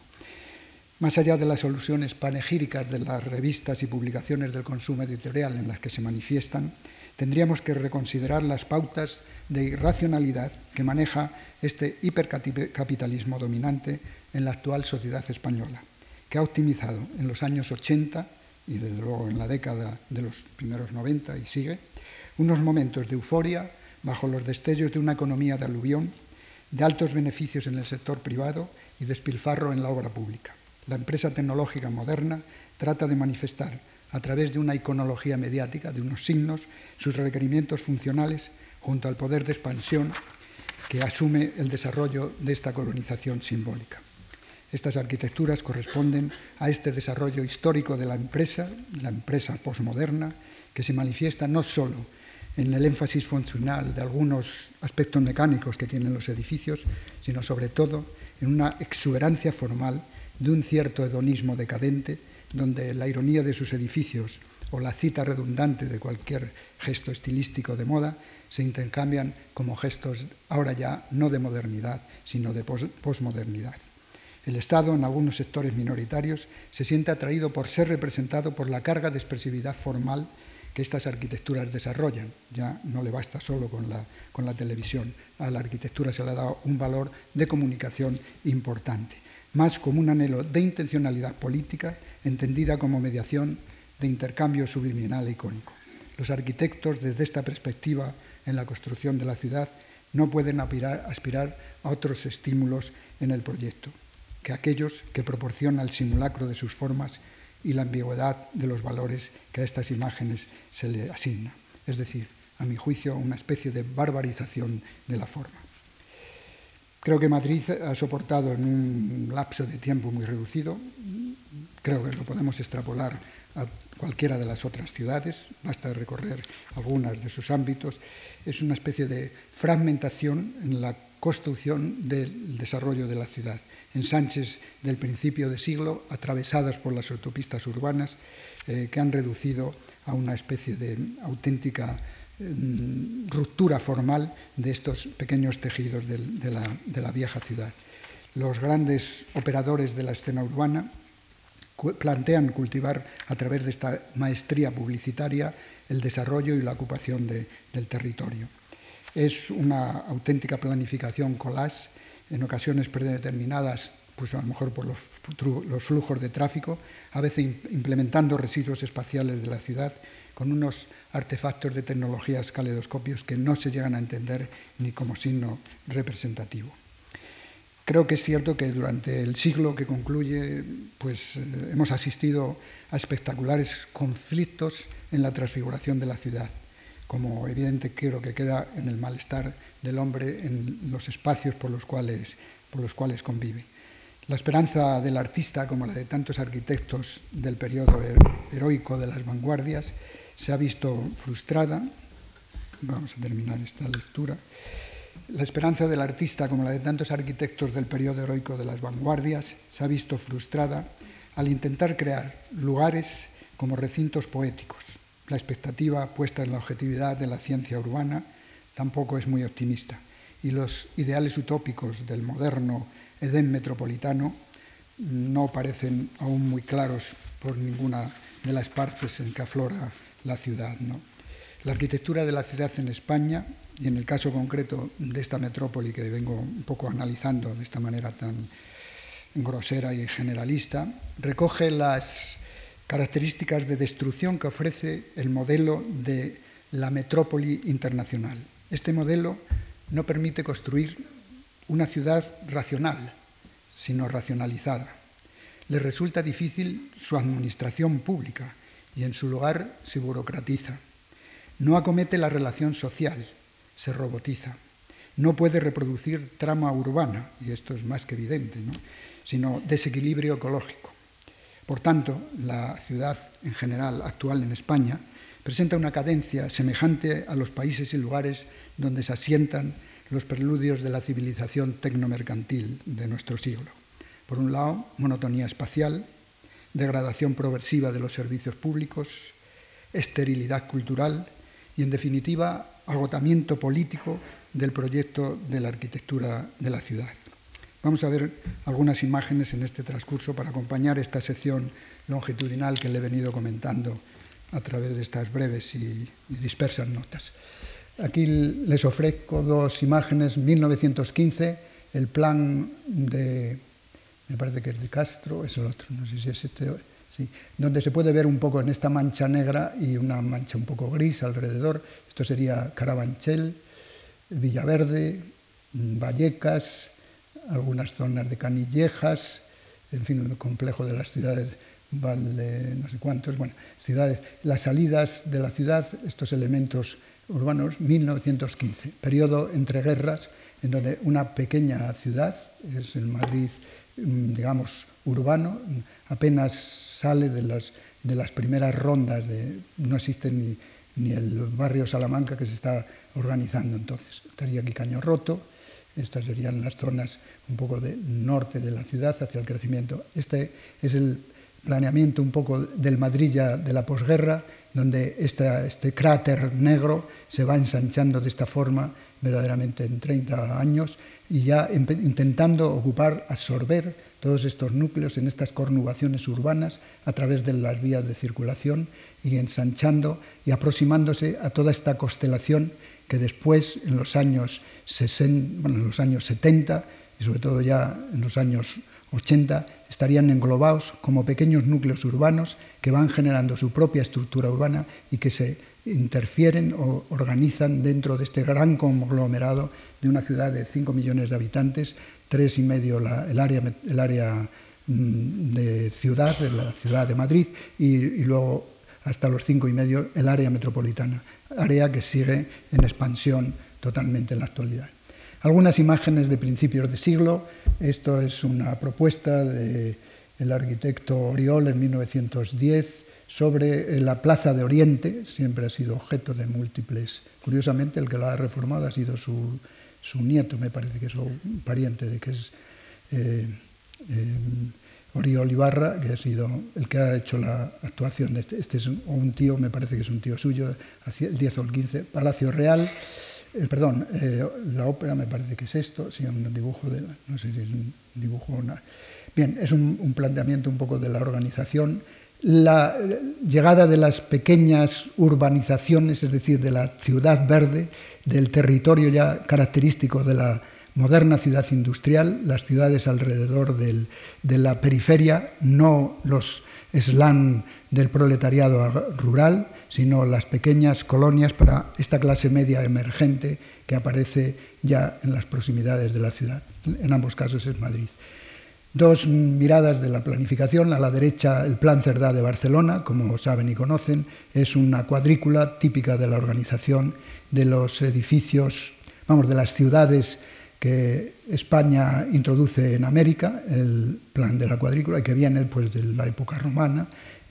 Más allá de las alusiones panegíricas de las revistas y publicaciones del consumo editorial en las que se manifiestan, tendríamos que reconsiderar las pautas de irracionalidad que maneja este hipercapitalismo dominante en la actual sociedad española, que ha optimizado en los años ochenta y desde luego en la década de los primeros noventa y sigue, unos momentos de euforia bajo los destellos de una economía de aluvión, de altos beneficios en el sector privado y despilfarro en la obra pública. La empresa tecnológica moderna trata de manifestar a través de una iconología mediática, de unos signos, sus requerimientos funcionales junto al poder de expansión que asume el desarrollo de esta colonización simbólica. Estas arquitecturas corresponden a este desarrollo histórico de la empresa, la empresa posmoderna, que se manifiesta no solo en el énfasis funcional de algunos aspectos mecánicos que tienen los edificios, sino sobre todo en una exuberancia formal de un cierto hedonismo decadente, donde la ironía de sus edificios o la cita redundante de cualquier gesto estilístico de moda se intercambian como gestos ahora ya no de modernidad, sino de posmodernidad. El Estado, en algunos sectores minoritarios, se siente atraído por ser representado por la carga de expresividad formal que estas arquitecturas desarrollan. Ya no le basta solo con la, con la televisión. A la arquitectura se le ha dado un valor de comunicación importante, más como un anhelo de intencionalidad política, entendida como mediación de intercambio subliminal e icónico. Los arquitectos, desde esta perspectiva en la construcción de la ciudad, no pueden aspirar, aspirar a otros estímulos en el proyecto que aquellos que proporciona el simulacro de sus formas y la ambigüedad de los valores que a estas imágenes se le asigna. Es decir, a mi juicio, una especie de barbarización de la forma. Creo que Madrid ha soportado en un lapso de tiempo muy reducido, creo que lo podemos extrapolar a cualquiera de las otras ciudades, basta recorrer algunas de sus ámbitos, es una especie de fragmentación en la construcción del desarrollo de la ciudad. Ensanches del principio de siglo, atravesadas por las autopistas urbanas, eh, que han reducido a una especie de auténtica eh, ruptura formal de estos pequeños tejidos de, de, la, de la vieja ciudad. Los grandes operadores de la escena urbana, plantean cultivar a través de esta maestría publicitaria el desarrollo y la ocupación de, del territorio. Es una auténtica planificación collage, en ocasiones predeterminadas, pues a lo mejor por los, los flujos de tráfico, a veces implementando residuos espaciales de la ciudad con unos artefactos de tecnologías caleidoscopios que no se llegan a entender ni como signo representativo. Creo que es cierto que durante el siglo que concluye, pues eh, hemos asistido a espectaculares conflictos en la transfiguración de la ciudad, como evidente creo que queda en el malestar del hombre en los espacios por los cuales, por los cuales convive. La esperanza del artista, como la de tantos arquitectos del periodo heroico de las vanguardias, se ha visto frustrada. Vamos a terminar esta lectura. La esperanza del artista, como la de tantos arquitectos del periodo heroico de las vanguardias, se ha visto frustrada al intentar crear lugares como recintos poéticos. La expectativa puesta en la objetividad de la ciencia urbana tampoco es muy optimista, y los ideales utópicos del moderno Edén metropolitano no parecen aún muy claros por ninguna de las partes en que aflora la ciudad, ¿no? La arquitectura de la ciudad en España, y en el caso concreto de esta metrópoli que vengo un poco analizando de esta manera tan grosera y generalista, recoge las características de destrucción que ofrece el modelo de la metrópoli internacional. Este modelo no permite construir una ciudad racional, sino racionalizada. Le resulta difícil su administración pública y en su lugar se burocratiza. No acomete la relación social, se robotiza. No puede reproducir trama urbana, y esto es más que evidente, ¿no?, sino desequilibrio ecológico. Por tanto, la ciudad en general actual en España presenta una cadencia semejante a los países y lugares donde se asientan los preludios de la civilización tecnomercantil de nuestro siglo. Por un lado, monotonía espacial, degradación progresiva de los servicios públicos, esterilidad cultural y, en definitiva, agotamiento político del proyecto de la arquitectura de la ciudad. Vamos a ver algunas imágenes en este transcurso para acompañar esta sección longitudinal que le he venido comentando a través de estas breves y, y dispersas notas. Aquí les ofrezco dos imágenes. mil novecientos quince, el plan de, me parece que es de Castro, es el otro, no sé si es este, sí, donde se puede ver un poco en esta mancha negra y una mancha un poco gris alrededor. Esto sería Carabanchel, Villaverde, Vallecas, algunas zonas de Canillejas, en fin, el complejo de las ciudades, Valde, no sé cuántos, bueno, ciudades, las salidas de la ciudad, estos elementos urbanos, mil novecientos quince, periodo entre guerras, en donde una pequeña ciudad, es el Madrid, digamos, urbano, apenas sale de las, de las primeras rondas, de, no existe ni, ni el barrio Salamanca que se está organizando entonces. Estaría aquí Caño Roto, estas serían las zonas un poco del norte de la ciudad hacia el crecimiento. Este es el planeamiento un poco del Madrid ya de la posguerra, donde esta, este cráter negro se va ensanchando de esta forma verdaderamente en treinta años y ya intentando ocupar, absorber todos estos núcleos en estas conurbaciones urbanas a través de las vías de circulación y ensanchando y aproximándose a toda esta constelación que después, en los años sesenta, bueno, en los años setenta y sobre todo ya en los años ochenta, estarían englobados como pequeños núcleos urbanos que van generando su propia estructura urbana y que se interfieren o organizan dentro de este gran conglomerado de una ciudad de cinco millones de habitantes, tres y medio la, el área, el área mmm, de ciudad, de la ciudad de Madrid, y, y luego hasta los cinco y medio el área metropolitana, área que sigue en expansión totalmente en la actualidad. Algunas imágenes de principios de siglo. Esto es una propuesta del arquitecto Oriol en mil novecientos diez sobre la Plaza de Oriente. Siempre ha sido objeto de múltiples. Curiosamente, el que la ha reformado ha sido su, su nieto, me parece que es un pariente de que es eh, eh, Oriol Ibarra, que ha sido el que ha hecho la actuación de este. Este es un, un tío, me parece que es un tío suyo, el diez o el quince, Palacio Real. Eh, perdón, eh, la ópera me parece que es esto, sí, un dibujo de, no sé si es un dibujo o una. Bien, es un, un planteamiento un poco de la organización. La llegada de las pequeñas urbanizaciones, es decir, de la ciudad verde, del territorio ya característico de la moderna ciudad industrial, las ciudades alrededor del, de la periferia, no los slums del proletariado rural, sino las pequeñas colonias para esta clase media emergente que aparece ya en las proximidades de la ciudad. En ambos casos es Madrid. Dos miradas de la planificación. A la derecha, el Plan Cerdá de Barcelona, como saben y conocen, es una cuadrícula típica de la organización de los edificios, vamos, de las ciudades que España introduce en América, el plan de la cuadrícula, y que viene pues, de la época romana,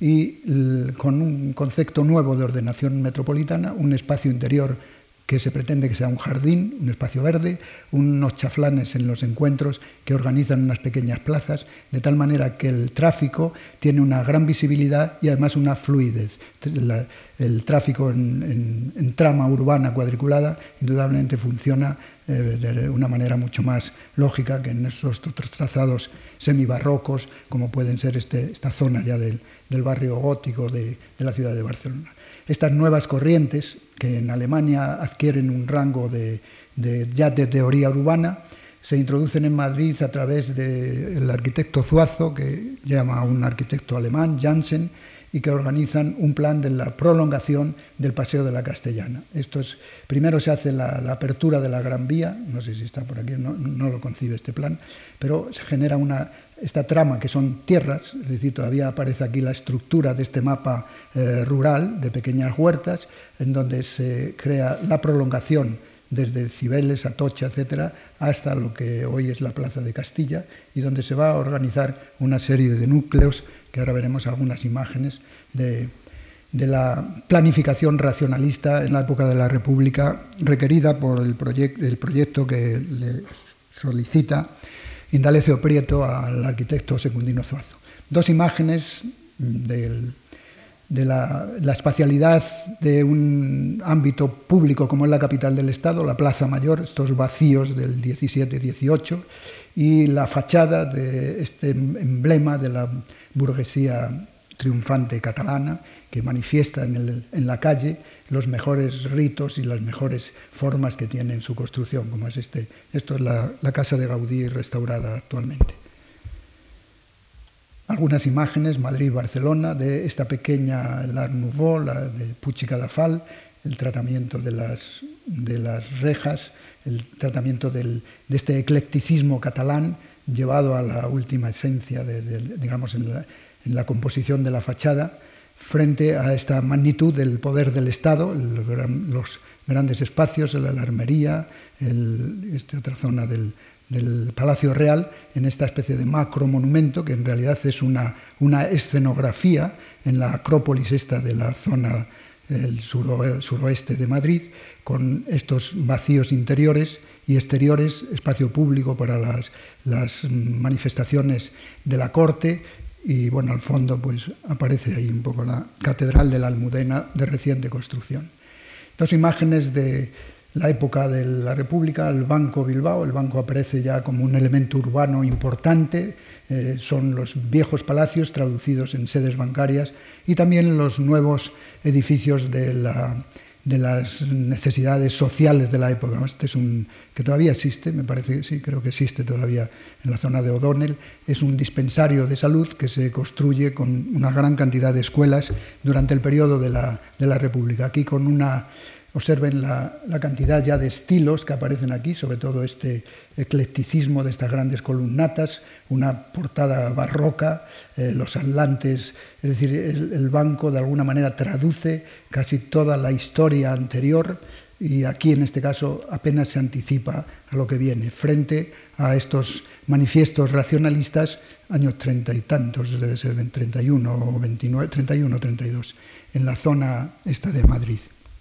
y el, con un concepto nuevo de ordenación metropolitana, un espacio interior que se pretende que sea un jardín, un espacio verde, unos chaflanes en los encuentros que organizan unas pequeñas plazas, de tal manera que el tráfico tiene una gran visibilidad y además una fluidez. La, el tráfico en, en, en trama urbana cuadriculada indudablemente funciona eh, de una manera mucho más lógica que en estos otros trazados semibarrocos, como pueden ser este, esta zona ya del, del barrio gótico de, de la ciudad de Barcelona. Estas nuevas corrientes, que en Alemania adquieren un rango de, de, ya de teoría urbana, se introducen en Madrid a través del arquitecto Zuazo, que llama a un arquitecto alemán, Janssen, y que organizan un plan de la prolongación del Paseo de la Castellana. Esto es, primero se hace la, la apertura de la Gran Vía, no sé si está por aquí, no, no lo concibe este plan, pero se genera una, esta trama que son tierras, es decir, todavía aparece aquí la estructura de este mapa eh, rural de pequeñas huertas, en donde se crea la prolongación desde Cibeles, Atocha, etcétera, hasta lo que hoy es la Plaza de Castilla, y donde se va a organizar una serie de núcleos, que ahora veremos algunas imágenes, de, de la planificación racionalista en la época de la República, requerida por el, proyec el proyecto que le solicita Indalecio Prieto al arquitecto Secundino Zuazo. Dos imágenes del de la, la espacialidad de un ámbito público como es la capital del Estado, la Plaza Mayor, estos vacíos del diecisiete dieciocho, y la fachada de este emblema de la burguesía triunfante catalana, que manifiesta en, el, en la calle los mejores ritos y las mejores formas que tiene en su construcción, como es este. Esto es la, la casa de Gaudí restaurada actualmente. Algunas imágenes, Madrid-Barcelona, de esta pequeña L'Art Nouveau, la de Puig i Cadafal, el tratamiento de las, de las rejas, el tratamiento del, de este eclecticismo catalán llevado a la última esencia, de, de, digamos, en la, en la composición de la fachada, frente a esta magnitud del poder del Estado, el, los grandes espacios, la armería, el, esta otra zona del del Palacio Real, en esta especie de macro monumento, que en realidad es una, una escenografía en la acrópolis esta de la zona del suro, suroeste de Madrid, con estos vacíos interiores y exteriores, espacio público para las, las manifestaciones de la corte, y bueno, al fondo pues aparece ahí un poco la Catedral de la Almudena de reciente construcción. Dos imágenes de la época de la República, el Banco Bilbao. El banco aparece ya como un elemento urbano importante, eh, son los viejos palacios traducidos en sedes bancarias y también los nuevos edificios de, la, de las necesidades sociales de la época. Este es un que todavía existe, me parece que sí, creo que existe todavía en la zona de O'Donnell. Es un dispensario de salud que se construye con una gran cantidad de escuelas durante el periodo de la, de la República. Aquí con una... Observen la, la cantidad ya de estilos que aparecen aquí, sobre todo este eclecticismo de estas grandes columnatas, una portada barroca, eh, los atlantes, es decir, el, el banco de alguna manera traduce casi toda la historia anterior y aquí en este caso apenas se anticipa a lo que viene, frente a estos manifiestos racionalistas, años treinta y tantos, debe ser treinta y uno o veintinueve, treinta y uno, treinta y dos, en la zona esta de Madrid.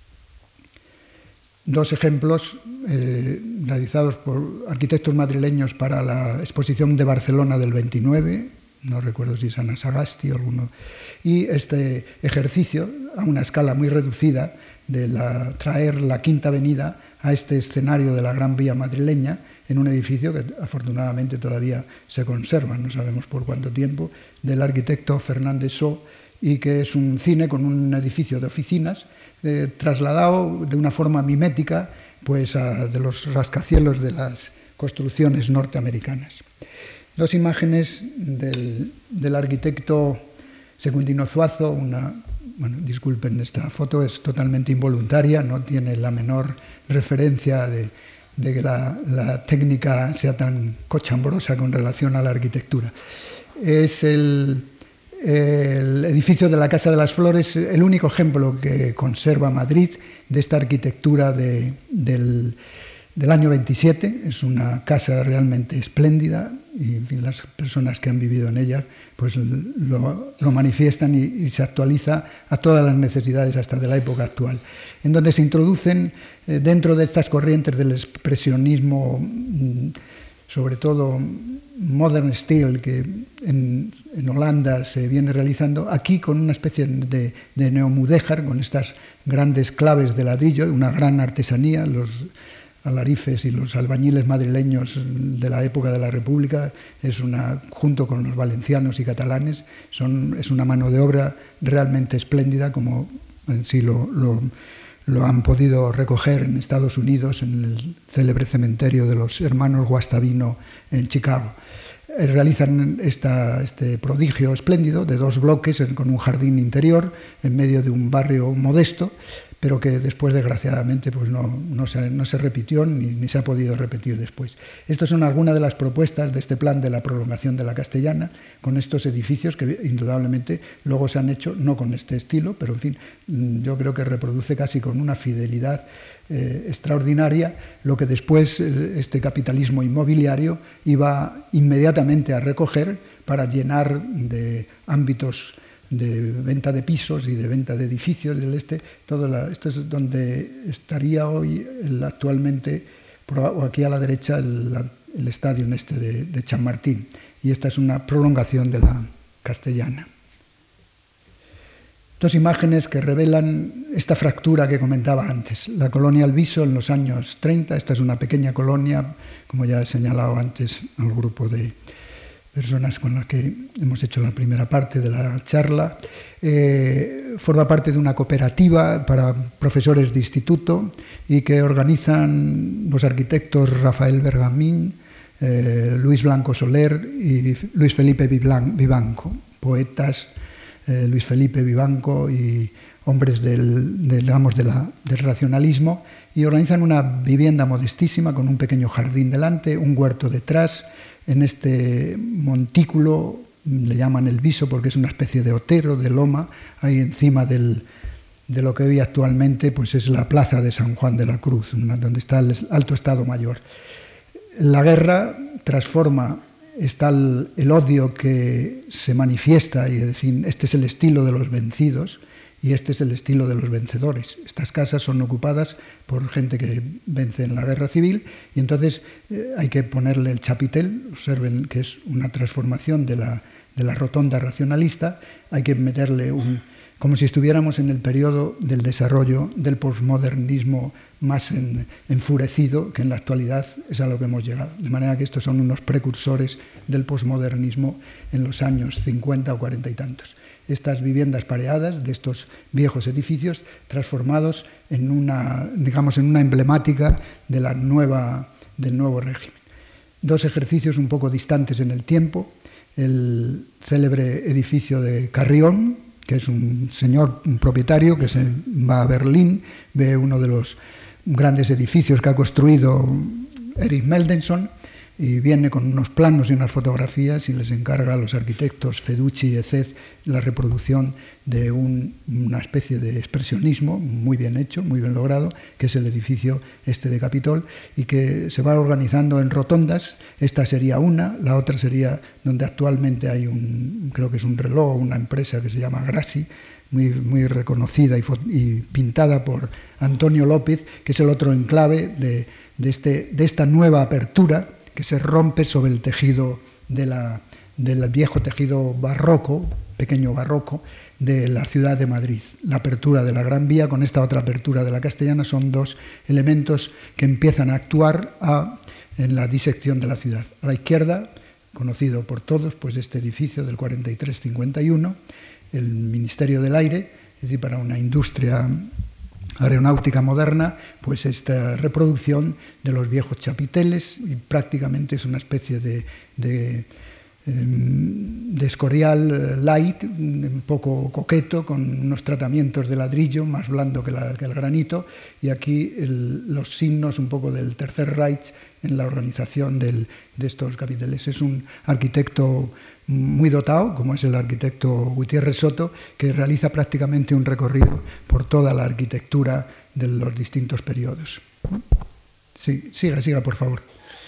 Dos ejemplos eh, realizados por arquitectos madrileños para la exposición de Barcelona del veintinueve, no recuerdo si es Ana Sagasti o alguno, y este ejercicio a una escala muy reducida de la, traer la Quinta Avenida a este escenario de la Gran Vía madrileña, en un edificio que afortunadamente todavía se conserva, no sabemos por cuánto tiempo, del arquitecto Fernández So, y que es un cine con un edificio de oficinas eh, trasladado de una forma mimética pues, a, de los rascacielos de las construcciones norteamericanas. Dos imágenes del, del arquitecto Secundino Zuazo, una, bueno, disculpen, esta foto es totalmente involuntaria, no tiene la menor referencia de, de que la, la técnica sea tan cochambrosa con relación a la arquitectura. Es el, el edificio de la Casa de las Flores, el único ejemplo que conserva Madrid de esta arquitectura de, del, del año veintisiete. Es una casa realmente espléndida y en fin, las personas que han vivido en ella pues lo, lo manifiestan y, y se actualiza a todas las necesidades hasta de la época actual, en donde se introducen eh, dentro de estas corrientes del expresionismo, sobre todo modern style, que en, en Holanda se viene realizando, aquí con una especie de, de neomudéjar, con estas grandes claves de ladrillo, una gran artesanía. Los alarifes y los albañiles madrileños de la época de la República, es una, junto con los valencianos y catalanes, son, es una mano de obra realmente espléndida, como en sí lo, lo, lo han podido recoger en Estados Unidos, en el célebre cementerio de los hermanos Guastavino en Chicago. Realizan esta, este prodigio espléndido de dos bloques con un jardín interior en medio de un barrio modesto, pero que después, desgraciadamente, pues no, no, se, no se repitió ni, ni se ha podido repetir después. Estas son algunas de las propuestas de este plan de la prolongación de la Castellana, con estos edificios que indudablemente luego se han hecho, no con este estilo, pero en fin, yo creo que reproduce casi con una fidelidad eh, extraordinaria lo que después eh, este capitalismo inmobiliario iba inmediatamente a recoger para llenar de ámbitos de venta de pisos y de venta de edificios del este. Todo la, esto es donde estaría hoy el, actualmente, o aquí a la derecha, el, el estadio en este de, de Chamartín. Y esta es una prolongación de la Castellana. Dos imágenes que revelan esta fractura que comentaba antes. La colonia Alviso en los años treinta, esta es una pequeña colonia, como ya he señalado antes al grupo de personas con las que hemos hecho la primera parte de la charla. Eh, forma parte de una cooperativa para profesores de instituto y que organizan los arquitectos Rafael Bergamín, eh, Luis Blanco Soler y Luis Felipe Vivanco, poetas, eh, Luis Felipe Vivanco y hombres del, del, digamos, de la, del racionalismo, y organizan una vivienda modestísima con un pequeño jardín delante, un huerto detrás. En este montículo, le llaman el Viso porque es una especie de otero, de loma, ahí encima del, de lo que hoy actualmente pues es la plaza de San Juan de la Cruz, donde está el Alto Estado Mayor. La guerra transforma, está el, el odio que se manifiesta, y en fin, este es el estilo de los vencidos, y este es el estilo de los vencedores. Estas casas son ocupadas por gente que vence en la guerra civil, y entonces eh, hay que ponerle el chapitel. Observen que es una transformación de la, de la rotonda racionalista. Hay que meterle un, como si estuviéramos en el periodo del desarrollo del posmodernismo más en, enfurecido, que en la actualidad es a lo que hemos llegado. De manera que estos son unos precursores del posmodernismo en los años cincuenta o cuarenta y tantos. Estas viviendas pareadas de estos viejos edificios transformados en una, digamos, en una emblemática de la nueva, del nuevo régimen. Dos ejercicios un poco distantes en el tiempo: el célebre edificio de Carrión, que es un señor, un propietario que se va a Berlín, ve uno de los grandes edificios que ha construido Erich Meldenson, y viene con unos planos y unas fotografías y les encarga a los arquitectos Feducci y Ezez la reproducción de un, una especie de expresionismo muy bien hecho, muy bien logrado, que es el edificio este de Capitol, y que se va organizando en rotondas. Esta sería una, la otra sería donde actualmente hay un, creo que es un reloj, una empresa que se llama Grassi, muy, muy reconocida y, y pintada por Antonio López, que es el otro enclave de, de, este, de esta nueva apertura que se rompe sobre el tejido de la, del viejo tejido barroco, pequeño barroco, de la ciudad de Madrid. La apertura de la Gran Vía con esta otra apertura de la Castellana son dos elementos que empiezan a actuar a, en la disección de la ciudad. A la izquierda, conocido por todos, pues este edificio del cuarenta y tres cincuenta y uno, el Ministerio del Aire, es decir, para una industria aeronáutica moderna, pues esta reproducción de los viejos chapiteles, y prácticamente es una especie de, de, de Escorial light, un poco coqueto, con unos tratamientos de ladrillo más blando que, la, que el granito, y aquí el, los signos un poco del Tercer Reich en la organización del, de estos capiteles. Es un arquitecto muy dotado, como es el arquitecto Gutiérrez Soto, que realiza prácticamente un recorrido por toda la arquitectura de los distintos periodos. Sí, siga, siga, por favor.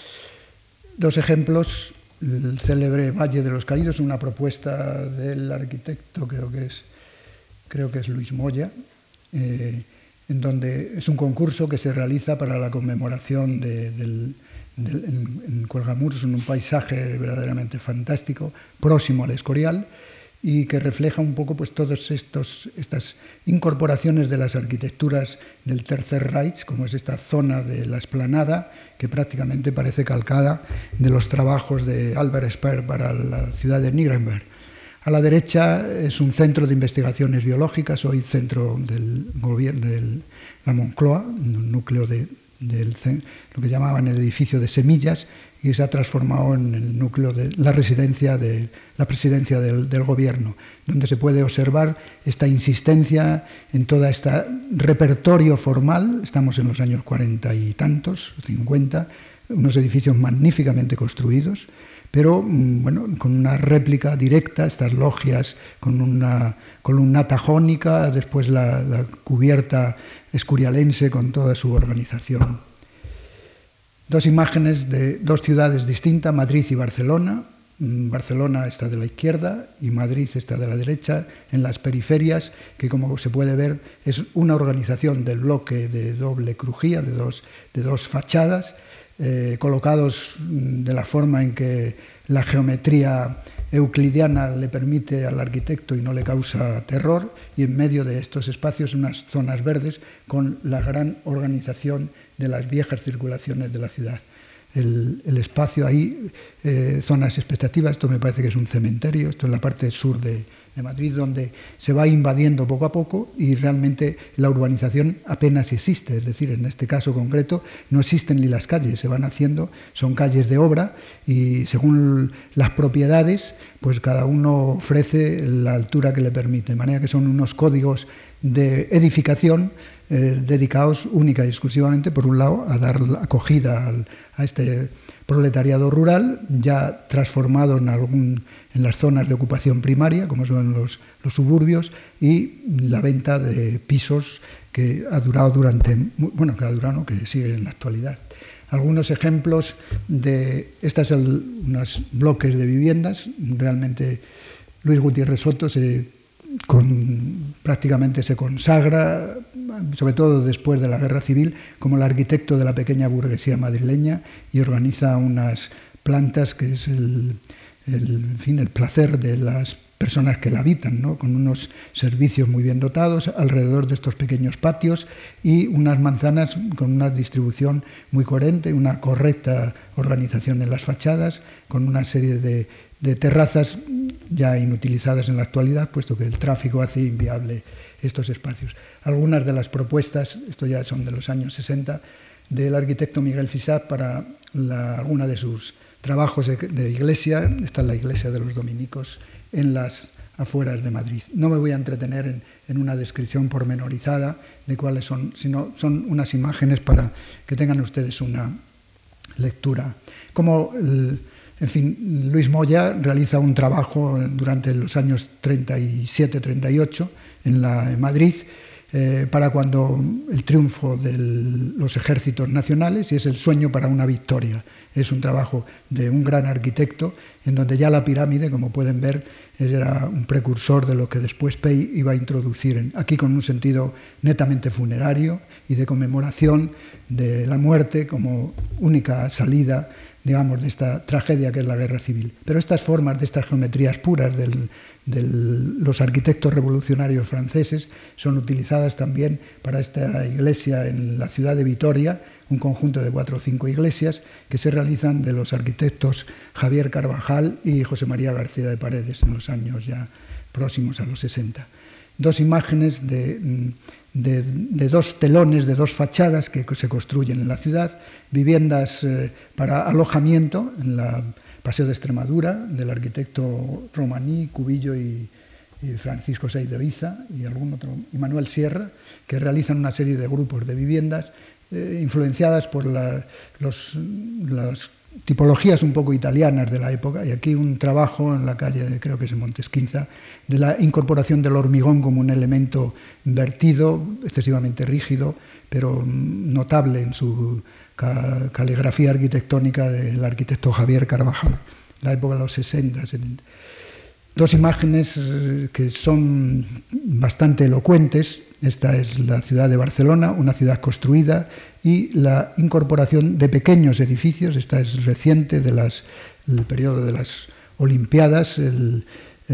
Dos ejemplos. El célebre Valle de los Caídos, una propuesta del arquitecto, creo que es, creo que es Luis Moya, eh, en donde es un concurso que se realiza para la conmemoración de, del, del, en, en Cuelgamuros, en un paisaje verdaderamente fantástico, próximo al Escorial, y que refleja un poco pues todas estas incorporaciones de las arquitecturas del Tercer Reich, como es esta zona de la Explanada, que prácticamente parece calcada de los trabajos de Albert Speer para la ciudad de Nuremberg. A la derecha es un centro de investigaciones biológicas, hoy centro del gobierno de la Moncloa, un núcleo de, del, lo que llamaban el edificio de semillas, y se ha transformado en el núcleo de la residencia de la presidencia del, del gobierno, donde se puede observar esta insistencia en todo este repertorio formal. Estamos en los años cuarenta y tantos, cincuenta, unos edificios magníficamente construidos, pero bueno, con una réplica directa, estas logias con una columnata jónica, después la, la cubierta escurialense con toda su organización. Dos imágenes de dos ciudades distintas, Madrid y Barcelona. Barcelona está de la izquierda y Madrid está de la derecha, en las periferias, que como se puede ver es una organización del bloque de doble crujía, de dos, de dos fachadas, eh, colocados de la forma en que la geometría euclidiana le permite al arquitecto y no le causa terror, y en medio de estos espacios unas zonas verdes con la gran organización de las viejas circulaciones de la ciudad. El, el espacio ahí, eh, zonas expectativas, esto me parece que es un cementerio, esto es la parte sur de, de Madrid, donde se va invadiendo poco a poco y realmente la urbanización apenas existe, es decir, en este caso concreto no existen ni las calles, se van haciendo, son calles de obra y según las propiedades, pues cada uno ofrece la altura que le permite, de manera que son unos códigos de edificación eh, dedicados única y exclusivamente, por un lado, a dar acogida al, a este proletariado rural, ya transformado en, algún, en las zonas de ocupación primaria, como son los, los suburbios, y la venta de pisos que ha durado durante, bueno, que ha durado, ¿no?, que sigue en la actualidad. Algunos ejemplos de estas son unos bloques de viviendas. Realmente Luis Gutiérrez Soto se, con, prácticamente se consagra, sobre todo después de la Guerra Civil, como el arquitecto de la pequeña burguesía madrileña, y organiza unas plantas que es el, el, en fin, el placer de las personas que la habitan, ¿no?, con unos servicios muy bien dotados alrededor de estos pequeños patios y unas manzanas con una distribución muy coherente, una correcta organización en las fachadas, con una serie de, de terrazas ya inutilizadas en la actualidad, puesto que el tráfico hace inviable estos espacios. Algunas de las propuestas, esto ya son de los años sesenta, del arquitecto Miguel Fisat para la, alguna de sus trabajos de, de iglesia. Está la iglesia de los dominicos en las afueras de Madrid. No me voy a entretener en, en una descripción pormenorizada de cuáles son, sino son unas imágenes para que tengan ustedes una lectura. Como, el, en fin, Luis Moya realiza un trabajo durante los años treinta y siete treinta y ocho en, la, en Madrid, eh, para cuando el triunfo de los ejércitos nacionales, y es el sueño para una victoria. Es un trabajo de un gran arquitecto, en donde ya la pirámide, como pueden ver, era un precursor de lo que después Pey iba a introducir, en, aquí con un sentido netamente funerario y de conmemoración de la muerte como única salida digamos, de esta tragedia que es la guerra civil. Pero estas formas, de estas geometrías puras del, de los arquitectos revolucionarios franceses son utilizadas también para esta iglesia en la ciudad de Vitoria, un conjunto de cuatro o cinco iglesias que se realizan de los arquitectos Javier Carvajal y José María García de Paredes en los años ya próximos a los sesenta. Dos imágenes de, de, de dos telones, de dos fachadas que se construyen en la ciudad, viviendas eh, para alojamiento en la Paseo de Extremadura, del arquitecto Romaní, Cubillo y, y Francisco Saiz de Biza y algún otro, y Manuel Sierra, que realizan una serie de grupos de viviendas eh, influenciadas por la, los, las tipologías un poco italianas de la época, y aquí un trabajo en la calle, creo que es en Montesquinza, de la incorporación del hormigón como un elemento vertido, excesivamente rígido, pero notable en su caligrafía arquitectónica del arquitecto Javier Carvajal, la época de los sesenta, setenta. Dos imágenes que son bastante elocuentes. Esta es la ciudad de Barcelona, una ciudad construida, y la incorporación de pequeños edificios. Esta es reciente, de las, del periodo de las Olimpiadas, el,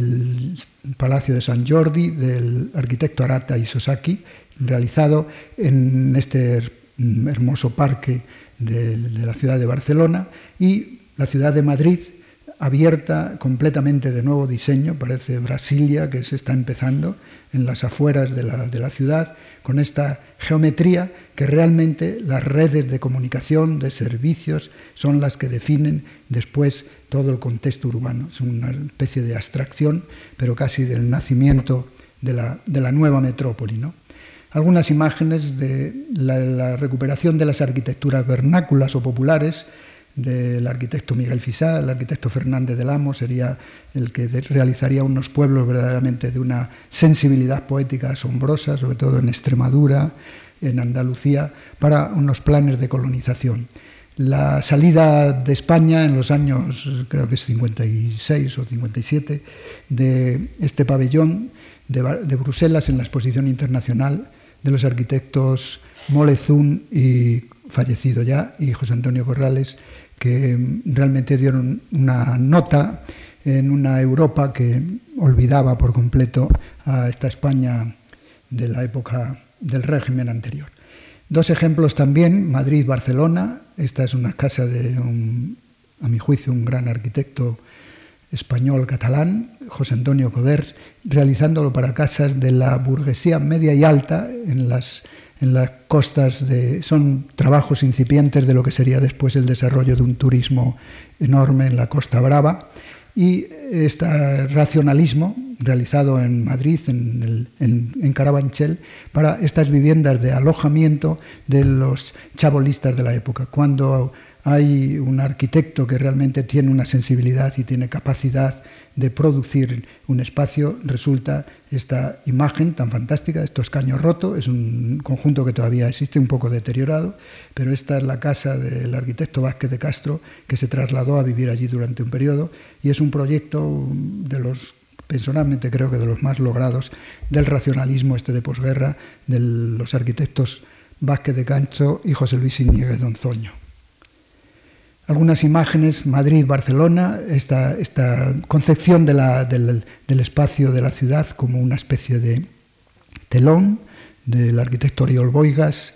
el Palacio de San Jordi, del arquitecto Arata y Sasaki, realizado en este hermoso parque de, de la ciudad de Barcelona, y la ciudad de Madrid, abierta completamente de nuevo diseño, parece Brasilia, que se está empezando en las afueras de la, de la ciudad, con esta geometría que realmente las redes de comunicación, de servicios, son las que definen después todo el contexto urbano. Es una especie de abstracción, pero casi del nacimiento de la, de la nueva metrópoli, ¿no? Algunas imágenes de la, la recuperación de las arquitecturas vernáculas o populares del arquitecto Miguel Fisá. El arquitecto Fernández del Amo sería el que realizaría unos pueblos verdaderamente de una sensibilidad poética asombrosa, sobre todo en Extremadura, en Andalucía, para unos planes de colonización. La salida de España en los años, creo que es cincuenta y seis o cincuenta y siete, de este pabellón de, de Bruselas en la Exposición Internacional de los arquitectos Molezún y fallecido ya, y José Antonio Corrales, que realmente dieron una nota en una Europa que olvidaba por completo a esta España de la época del régimen anterior. Dos ejemplos también, Madrid-Barcelona. Esta es una casa de, un, a mi juicio, un gran arquitecto español catalán, José Antonio Coders, realizándolo para casas de la burguesía media y alta en las en las costas de... Son trabajos incipientes de lo que sería después el desarrollo de un turismo enorme en la Costa Brava, y este racionalismo realizado en Madrid, en, el, en, en Carabanchel, para estas viviendas de alojamiento de los chabolistas de la época. Cuando hay un arquitecto que realmente tiene una sensibilidad y tiene capacidad de producir un espacio, resulta esta imagen tan fantástica. Esto es Caño Roto, es un conjunto que todavía existe, un poco deteriorado, pero esta es la casa del arquitecto Vázquez de Castro, que se trasladó a vivir allí durante un periodo, y es un proyecto de los, personalmente creo que de los más logrados del racionalismo este de posguerra, de los arquitectos Vázquez de Castro y José Luis Iñiguez Donzoño. Algunas imágenes, Madrid-Barcelona, esta, esta concepción de la, del, del espacio de la ciudad como una especie de telón del arquitecto Oriol Boigas,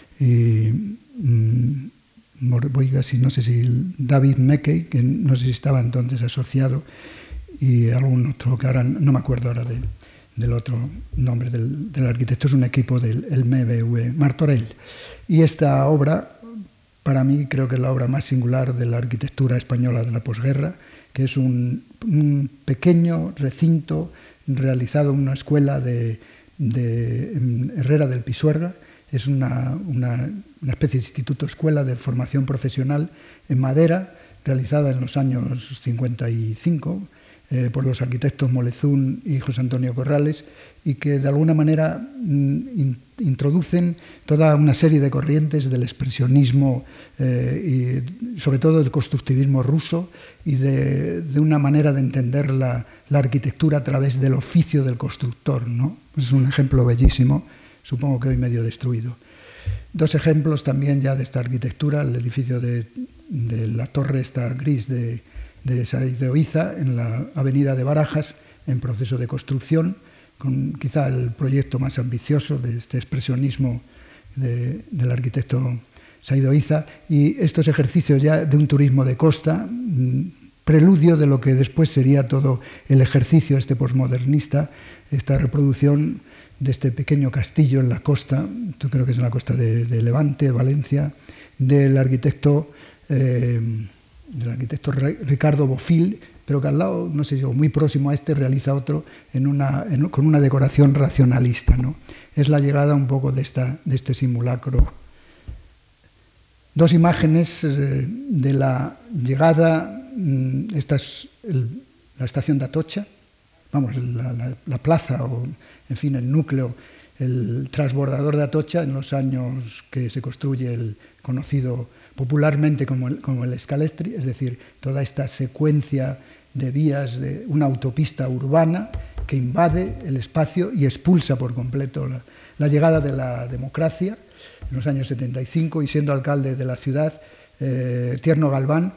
y, mmm, Boigas y no sé si David Mackey, que no sé si estaba entonces asociado, y algún otro que ahora no me acuerdo ahora de, del otro nombre del, del arquitecto, es un equipo del el M B V, Martorell. Y esta obra, para mí, creo que es la obra más singular de la arquitectura española de la posguerra, que es un, un pequeño recinto realizado en una escuela de, de Herrera del Pisuerga. Es una, una, una especie de instituto-escuela de formación profesional en madera, realizada en los años cincuenta y cinco eh, por los arquitectos Molezún y José Antonio Corrales, y que de alguna manera in, introducen toda una serie de corrientes del expresionismo eh, y sobre todo del constructivismo ruso, y de, de una manera de entender la, la arquitectura a través del oficio del constructor, ¿no? Es un ejemplo bellísimo, supongo que hoy medio destruido. Dos ejemplos también ya de esta arquitectura, el edificio de de la torre esta gris de, de Saidoiza en la avenida de Barajas, en proceso de construcción, con quizá el proyecto más ambicioso de este expresionismo de, del arquitecto Saidoiza, y estos ejercicios ya de un turismo de costa, preludio de lo que después sería todo el ejercicio este posmodernista, esta reproducción de este pequeño castillo en la costa, yo creo que es en la costa de, de Levante, Valencia, del arquitecto, eh, del arquitecto Ricardo Bofill, pero que al lado, no sé yo, muy próximo a este, realiza otro en una, en, con una decoración racionalista, ¿no? Es la llegada un poco de, esta, de este simulacro. Dos imágenes eh, de la llegada, mmm, esta es el, la estación de Atocha, vamos, la, la, la plaza, o en fin, el núcleo, el transbordador de Atocha, en los años que se construye el conocido popularmente como el, como el Escalestri, es decir, toda esta secuencia de vías de una autopista urbana que invade el espacio y expulsa por completo la, la llegada de la democracia en los años setenta y cinco, y siendo alcalde de la ciudad, eh, Tierno Galván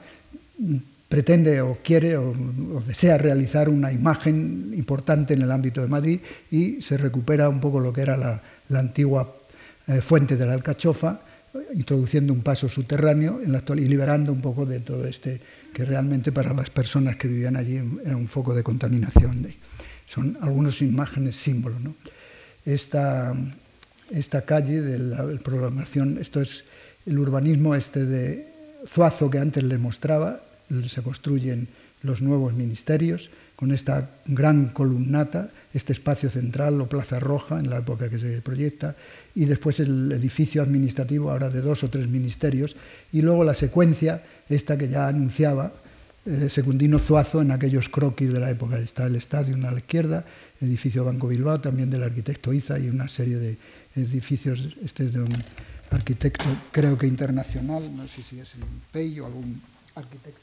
pretende o quiere o, o desea realizar una imagen importante en el ámbito de Madrid, y se recupera un poco lo que era la, la antigua eh, fuente de la Alcachofa, introduciendo un paso subterráneo en la actual, y liberando un poco de todo este, que realmente para las personas que vivían allí era un foco de contaminación. De, son algunas imágenes símbolos, ¿no? Esta, esta calle de la de programación, esto es el urbanismo este de Zuazo que antes les mostraba, se construyen los nuevos ministerios con esta gran columnata, este espacio central o Plaza Roja en la época que se proyecta, y después el edificio administrativo ahora de dos o tres ministerios, y luego la secuencia esta que ya anunciaba eh, Secundino Zuazo en aquellos croquis de la época. Está el estadio a la izquierda, el edificio Banco Bilbao también del arquitecto Iza, y una serie de edificios, este es de un arquitecto creo que internacional, no sé si es el Pey o algún arquitecto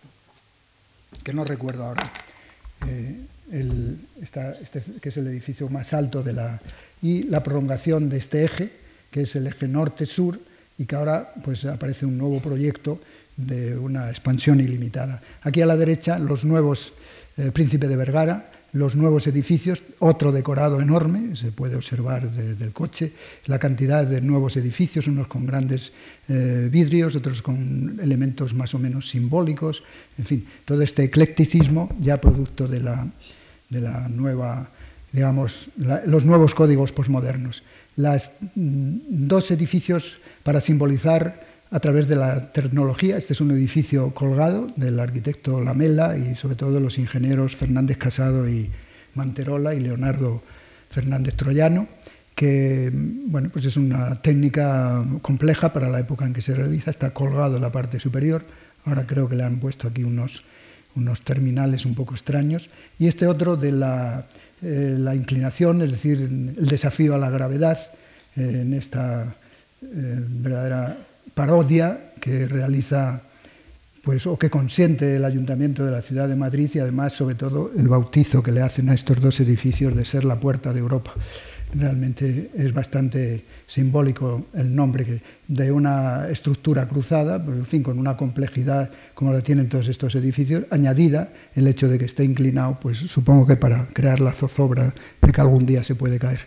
que no recuerdo ahora, eh, el, esta, este, que es el edificio más alto de la... y la prolongación de este eje, que es el eje norte-sur, y que ahora pues, aparece un nuevo proyecto de una expansión ilimitada. Aquí a la derecha, los nuevos eh, Príncipe de Vergara, los nuevos edificios, otro decorado enorme, se puede observar desde el coche, la cantidad de nuevos edificios, unos con grandes eh, vidrios, otros con elementos más o menos simbólicos, en fin, todo este eclecticismo ya producto de la, de la nueva, digamos, la, los nuevos códigos posmodernos. Las mm, dos edificios para simbolizar a través de la tecnología. Este es un edificio colgado del arquitecto Lamela y sobre todo de los ingenieros Fernández Casado y Manterola y Leonardo Fernández Troyano, que bueno, pues es una técnica compleja para la época en que se realiza. Está colgado en la parte superior. Ahora creo que le han puesto aquí unos, unos terminales un poco extraños. Y este otro de la, eh, la inclinación, es decir, el desafío a la gravedad, eh, en esta eh, verdadera parodia que realiza, pues, o que consiente el Ayuntamiento de la ciudad de Madrid, y además, sobre todo, el bautizo que le hacen a estos dos edificios de ser la puerta de Europa. Realmente es bastante simbólico el nombre que, de una estructura cruzada, pero en fin, con una complejidad como la tienen todos estos edificios, añadida el hecho de que esté inclinado, pues supongo que para crear la zozobra de que algún día se puede caer.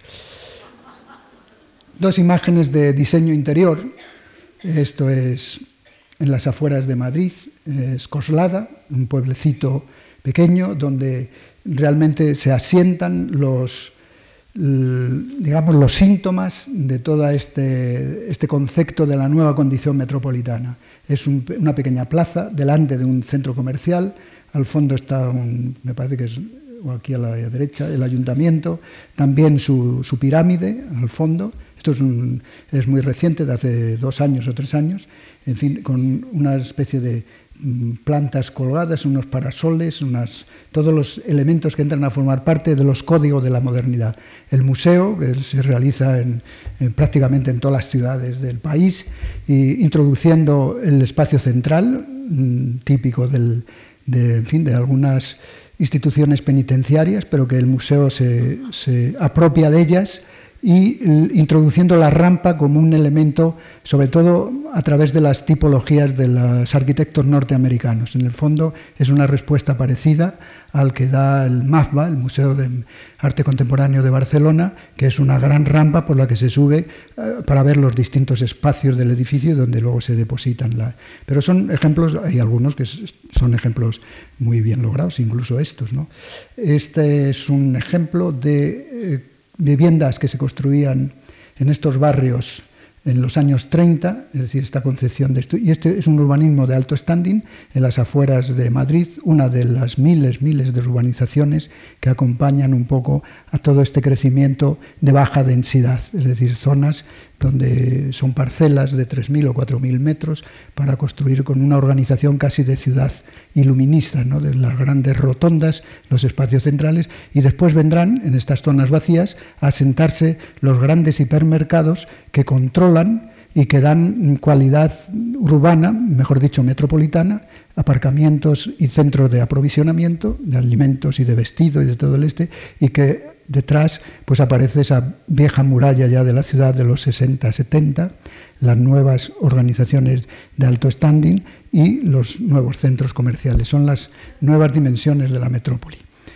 Dos imágenes de diseño interior. Esto es en las afueras de Madrid, es Coslada, un pueblecito pequeño donde realmente se asientan los, digamos, los síntomas de todo este, este concepto de la nueva condición metropolitana. Es un, una pequeña plaza delante de un centro comercial, al fondo está, un, me parece que es, o aquí a la derecha, el ayuntamiento, también su, su pirámide al fondo. Esto es, un, es muy reciente, de hace dos años o tres años, en fin, con una especie de plantas colgadas, unos parasoles, unas, todos los elementos que entran a formar parte de los códigos de la modernidad. El museo, que se realiza en, en, prácticamente en todas las ciudades del país, y introduciendo el espacio central, típico del, de, en fin, de algunas instituciones penitenciarias, pero que el museo se, se apropia de ellas y introduciendo la rampa como un elemento, sobre todo a través de las tipologías de los arquitectos norteamericanos. En el fondo es una respuesta parecida al que da el MAFBA, el Museo de Arte Contemporáneo de Barcelona, que es una gran rampa por la que se sube eh, para ver los distintos espacios del edificio donde luego se depositan. La... Pero son ejemplos, hay algunos que son ejemplos muy bien logrados, incluso estos, ¿no? Este es un ejemplo de eh, viviendas que se construían en estos barrios en los años treinta, es decir, esta concepción de esto, y este es un urbanismo de alto standing en las afueras de Madrid, una de las miles, miles de urbanizaciones que acompañan un poco a todo este crecimiento de baja densidad, es decir, zonas donde son parcelas de tres mil o cuatro mil metros para construir con una organización casi de ciudad iluminista, ¿no? De las grandes rotondas, los espacios centrales, y después vendrán en estas zonas vacías a asentarse los grandes hipermercados que controlan y que dan cualidad urbana, mejor dicho metropolitana, aparcamientos y centros de aprovisionamiento de alimentos y de vestido y de todo el este, y que detrás pues aparece esa vieja muralla ya de la ciudad de los sesenta setenta, las nuevas organizaciones de alto standing y los nuevos centros comerciales. Son las nuevas dimensiones de la metrópoli.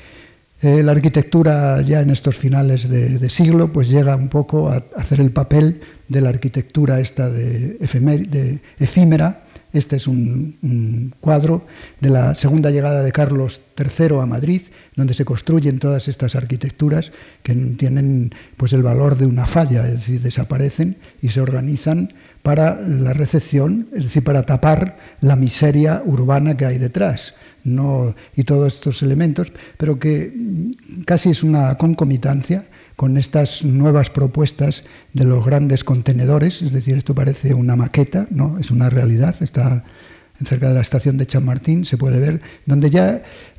Eh, la arquitectura ya en estos finales de, de siglo pues llega un poco a hacer el papel de la arquitectura esta de, efemer, de efímera. Este es un, un cuadro de la segunda llegada de Carlos tercero a Madrid, donde se construyen todas estas arquitecturas que tienen pues, el valor de una falla, es decir, desaparecen y se organizan para la recepción, es decir, para tapar la miseria urbana que hay detrás. No, y todos estos elementos, pero que casi es una concomitancia con estas nuevas propuestas de los grandes contenedores, es decir, esto parece una maqueta, no, es una realidad, está cerca de la estación de Chamartín, se puede ver, donde ya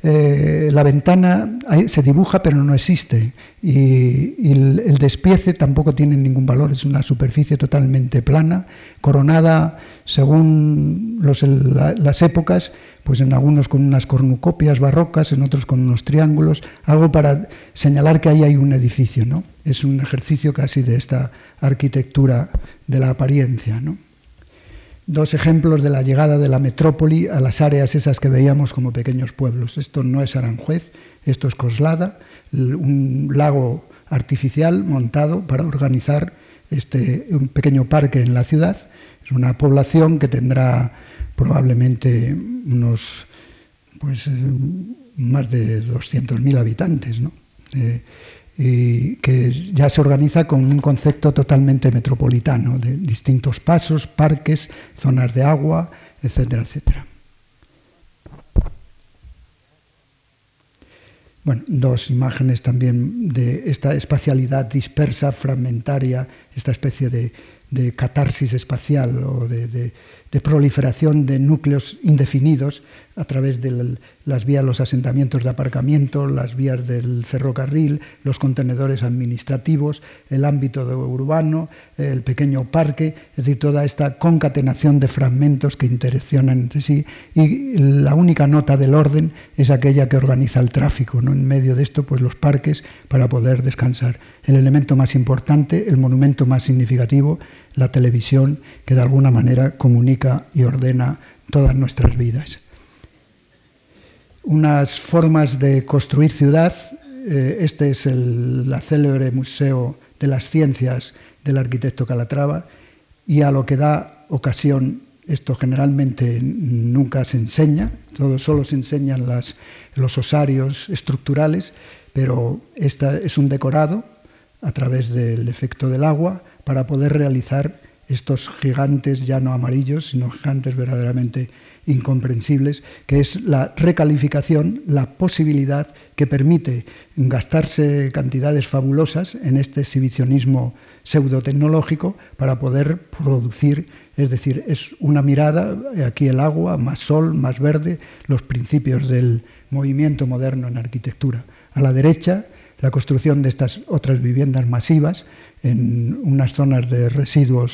eh, la ventana ahí se dibuja pero no existe, y, y el, el despiece tampoco tiene ningún valor, es una superficie totalmente plana, coronada según los, la, las épocas, pues en algunos con unas cornucopias barrocas, en otros con unos triángulos, algo para señalar que ahí hay un edificio, ¿no? Es un ejercicio casi de esta arquitectura de la apariencia, ¿no? Dos ejemplos de la llegada de la metrópoli a las áreas esas que veíamos como pequeños pueblos. Esto no es Aranjuez, esto es Coslada, un lago artificial montado para organizar este, un pequeño parque en la ciudad. Es una población que tendrá probablemente unos pues, eh, más de doscientos mil habitantes, ¿no? Eh, y que ya se organiza con un concepto totalmente metropolitano, de distintos pasos, parques, zonas de agua, etcétera, etcétera. Bueno, dos imágenes también de esta espacialidad dispersa, fragmentaria, esta especie de, de catarsis espacial o de, de, de proliferación de núcleos indefinidos a través de las vías, los asentamientos de aparcamiento, las vías del ferrocarril, los contenedores administrativos, el ámbito urbano, el pequeño parque, es decir, toda esta concatenación de fragmentos que interaccionan entre sí, y la única nota del orden es aquella que organiza el tráfico, ¿no? En medio de esto, pues los parques para poder descansar. El elemento más importante, el monumento más significativo, la televisión, que de alguna manera comunica y ordena todas nuestras vidas. Unas formas de construir ciudad, eh, este es el la célebre Museo de las Ciencias del arquitecto Calatrava, y a lo que da ocasión, esto generalmente nunca se enseña, todo, solo se enseñan las, los osarios estructurales, pero esta es un decorado a través del efecto del agua para poder realizar estos gigantes ya no amarillos, sino gigantes verdaderamente incomprensibles, que es la recalificación, la posibilidad que permite gastarse cantidades fabulosas en este exhibicionismo pseudotecnológico para poder producir, es decir, es una mirada, aquí el agua, más sol, más verde, los principios del movimiento moderno en arquitectura. A la derecha, la construcción de estas otras viviendas masivas en unas zonas de residuos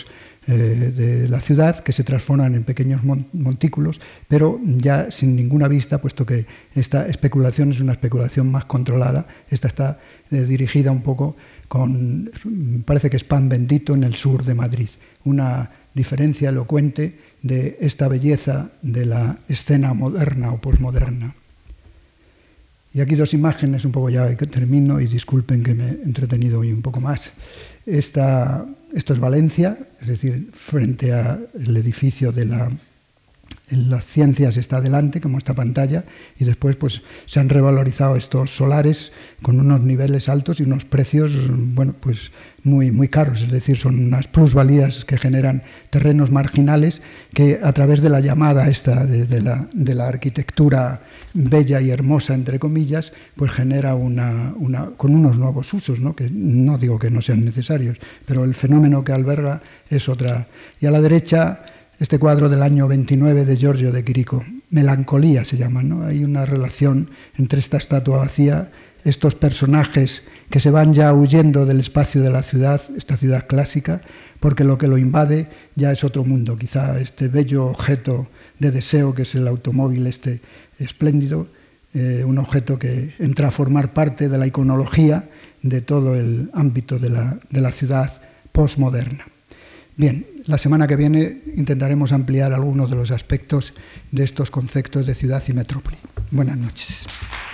eh, de la ciudad que se transforman en pequeños montículos, pero ya sin ninguna vista, puesto que esta especulación es una especulación más controlada. Esta está eh, dirigida un poco con, parece que es pan bendito en el sur de Madrid, una diferencia elocuente de esta belleza de la escena moderna o posmoderna. Y aquí dos imágenes, un poco ya que termino, y disculpen que me he entretenido hoy un poco más. Esta, esto es Valencia, es decir, frente al edificio de la, las ciencias está delante, como esta pantalla, y después pues, se han revalorizado estos solares con unos niveles altos y unos precios bueno, pues, muy, muy caros, es decir, son unas plusvalías que generan terrenos marginales que a través de la llamada esta de, de, la, de la arquitectura bella y hermosa, entre comillas, pues genera una, una, con unos nuevos usos, ¿no? Que no digo que no sean necesarios, pero el fenómeno que alberga es otra. Y a la derecha, este cuadro del año veintinueve de Giorgio de Chirico, Melancolía se llama, ¿no? Hay una relación entre esta estatua vacía, estos personajes que se van ya huyendo del espacio de la ciudad, esta ciudad clásica, porque lo que lo invade ya es otro mundo. Quizá este bello objeto de deseo que es el automóvil este espléndido, eh, un objeto que entra a formar parte de la iconología de todo el ámbito de la, de la ciudad postmoderna. Bien, la semana que viene intentaremos ampliar algunos de los aspectos de estos conceptos de ciudad y metrópoli. Buenas noches.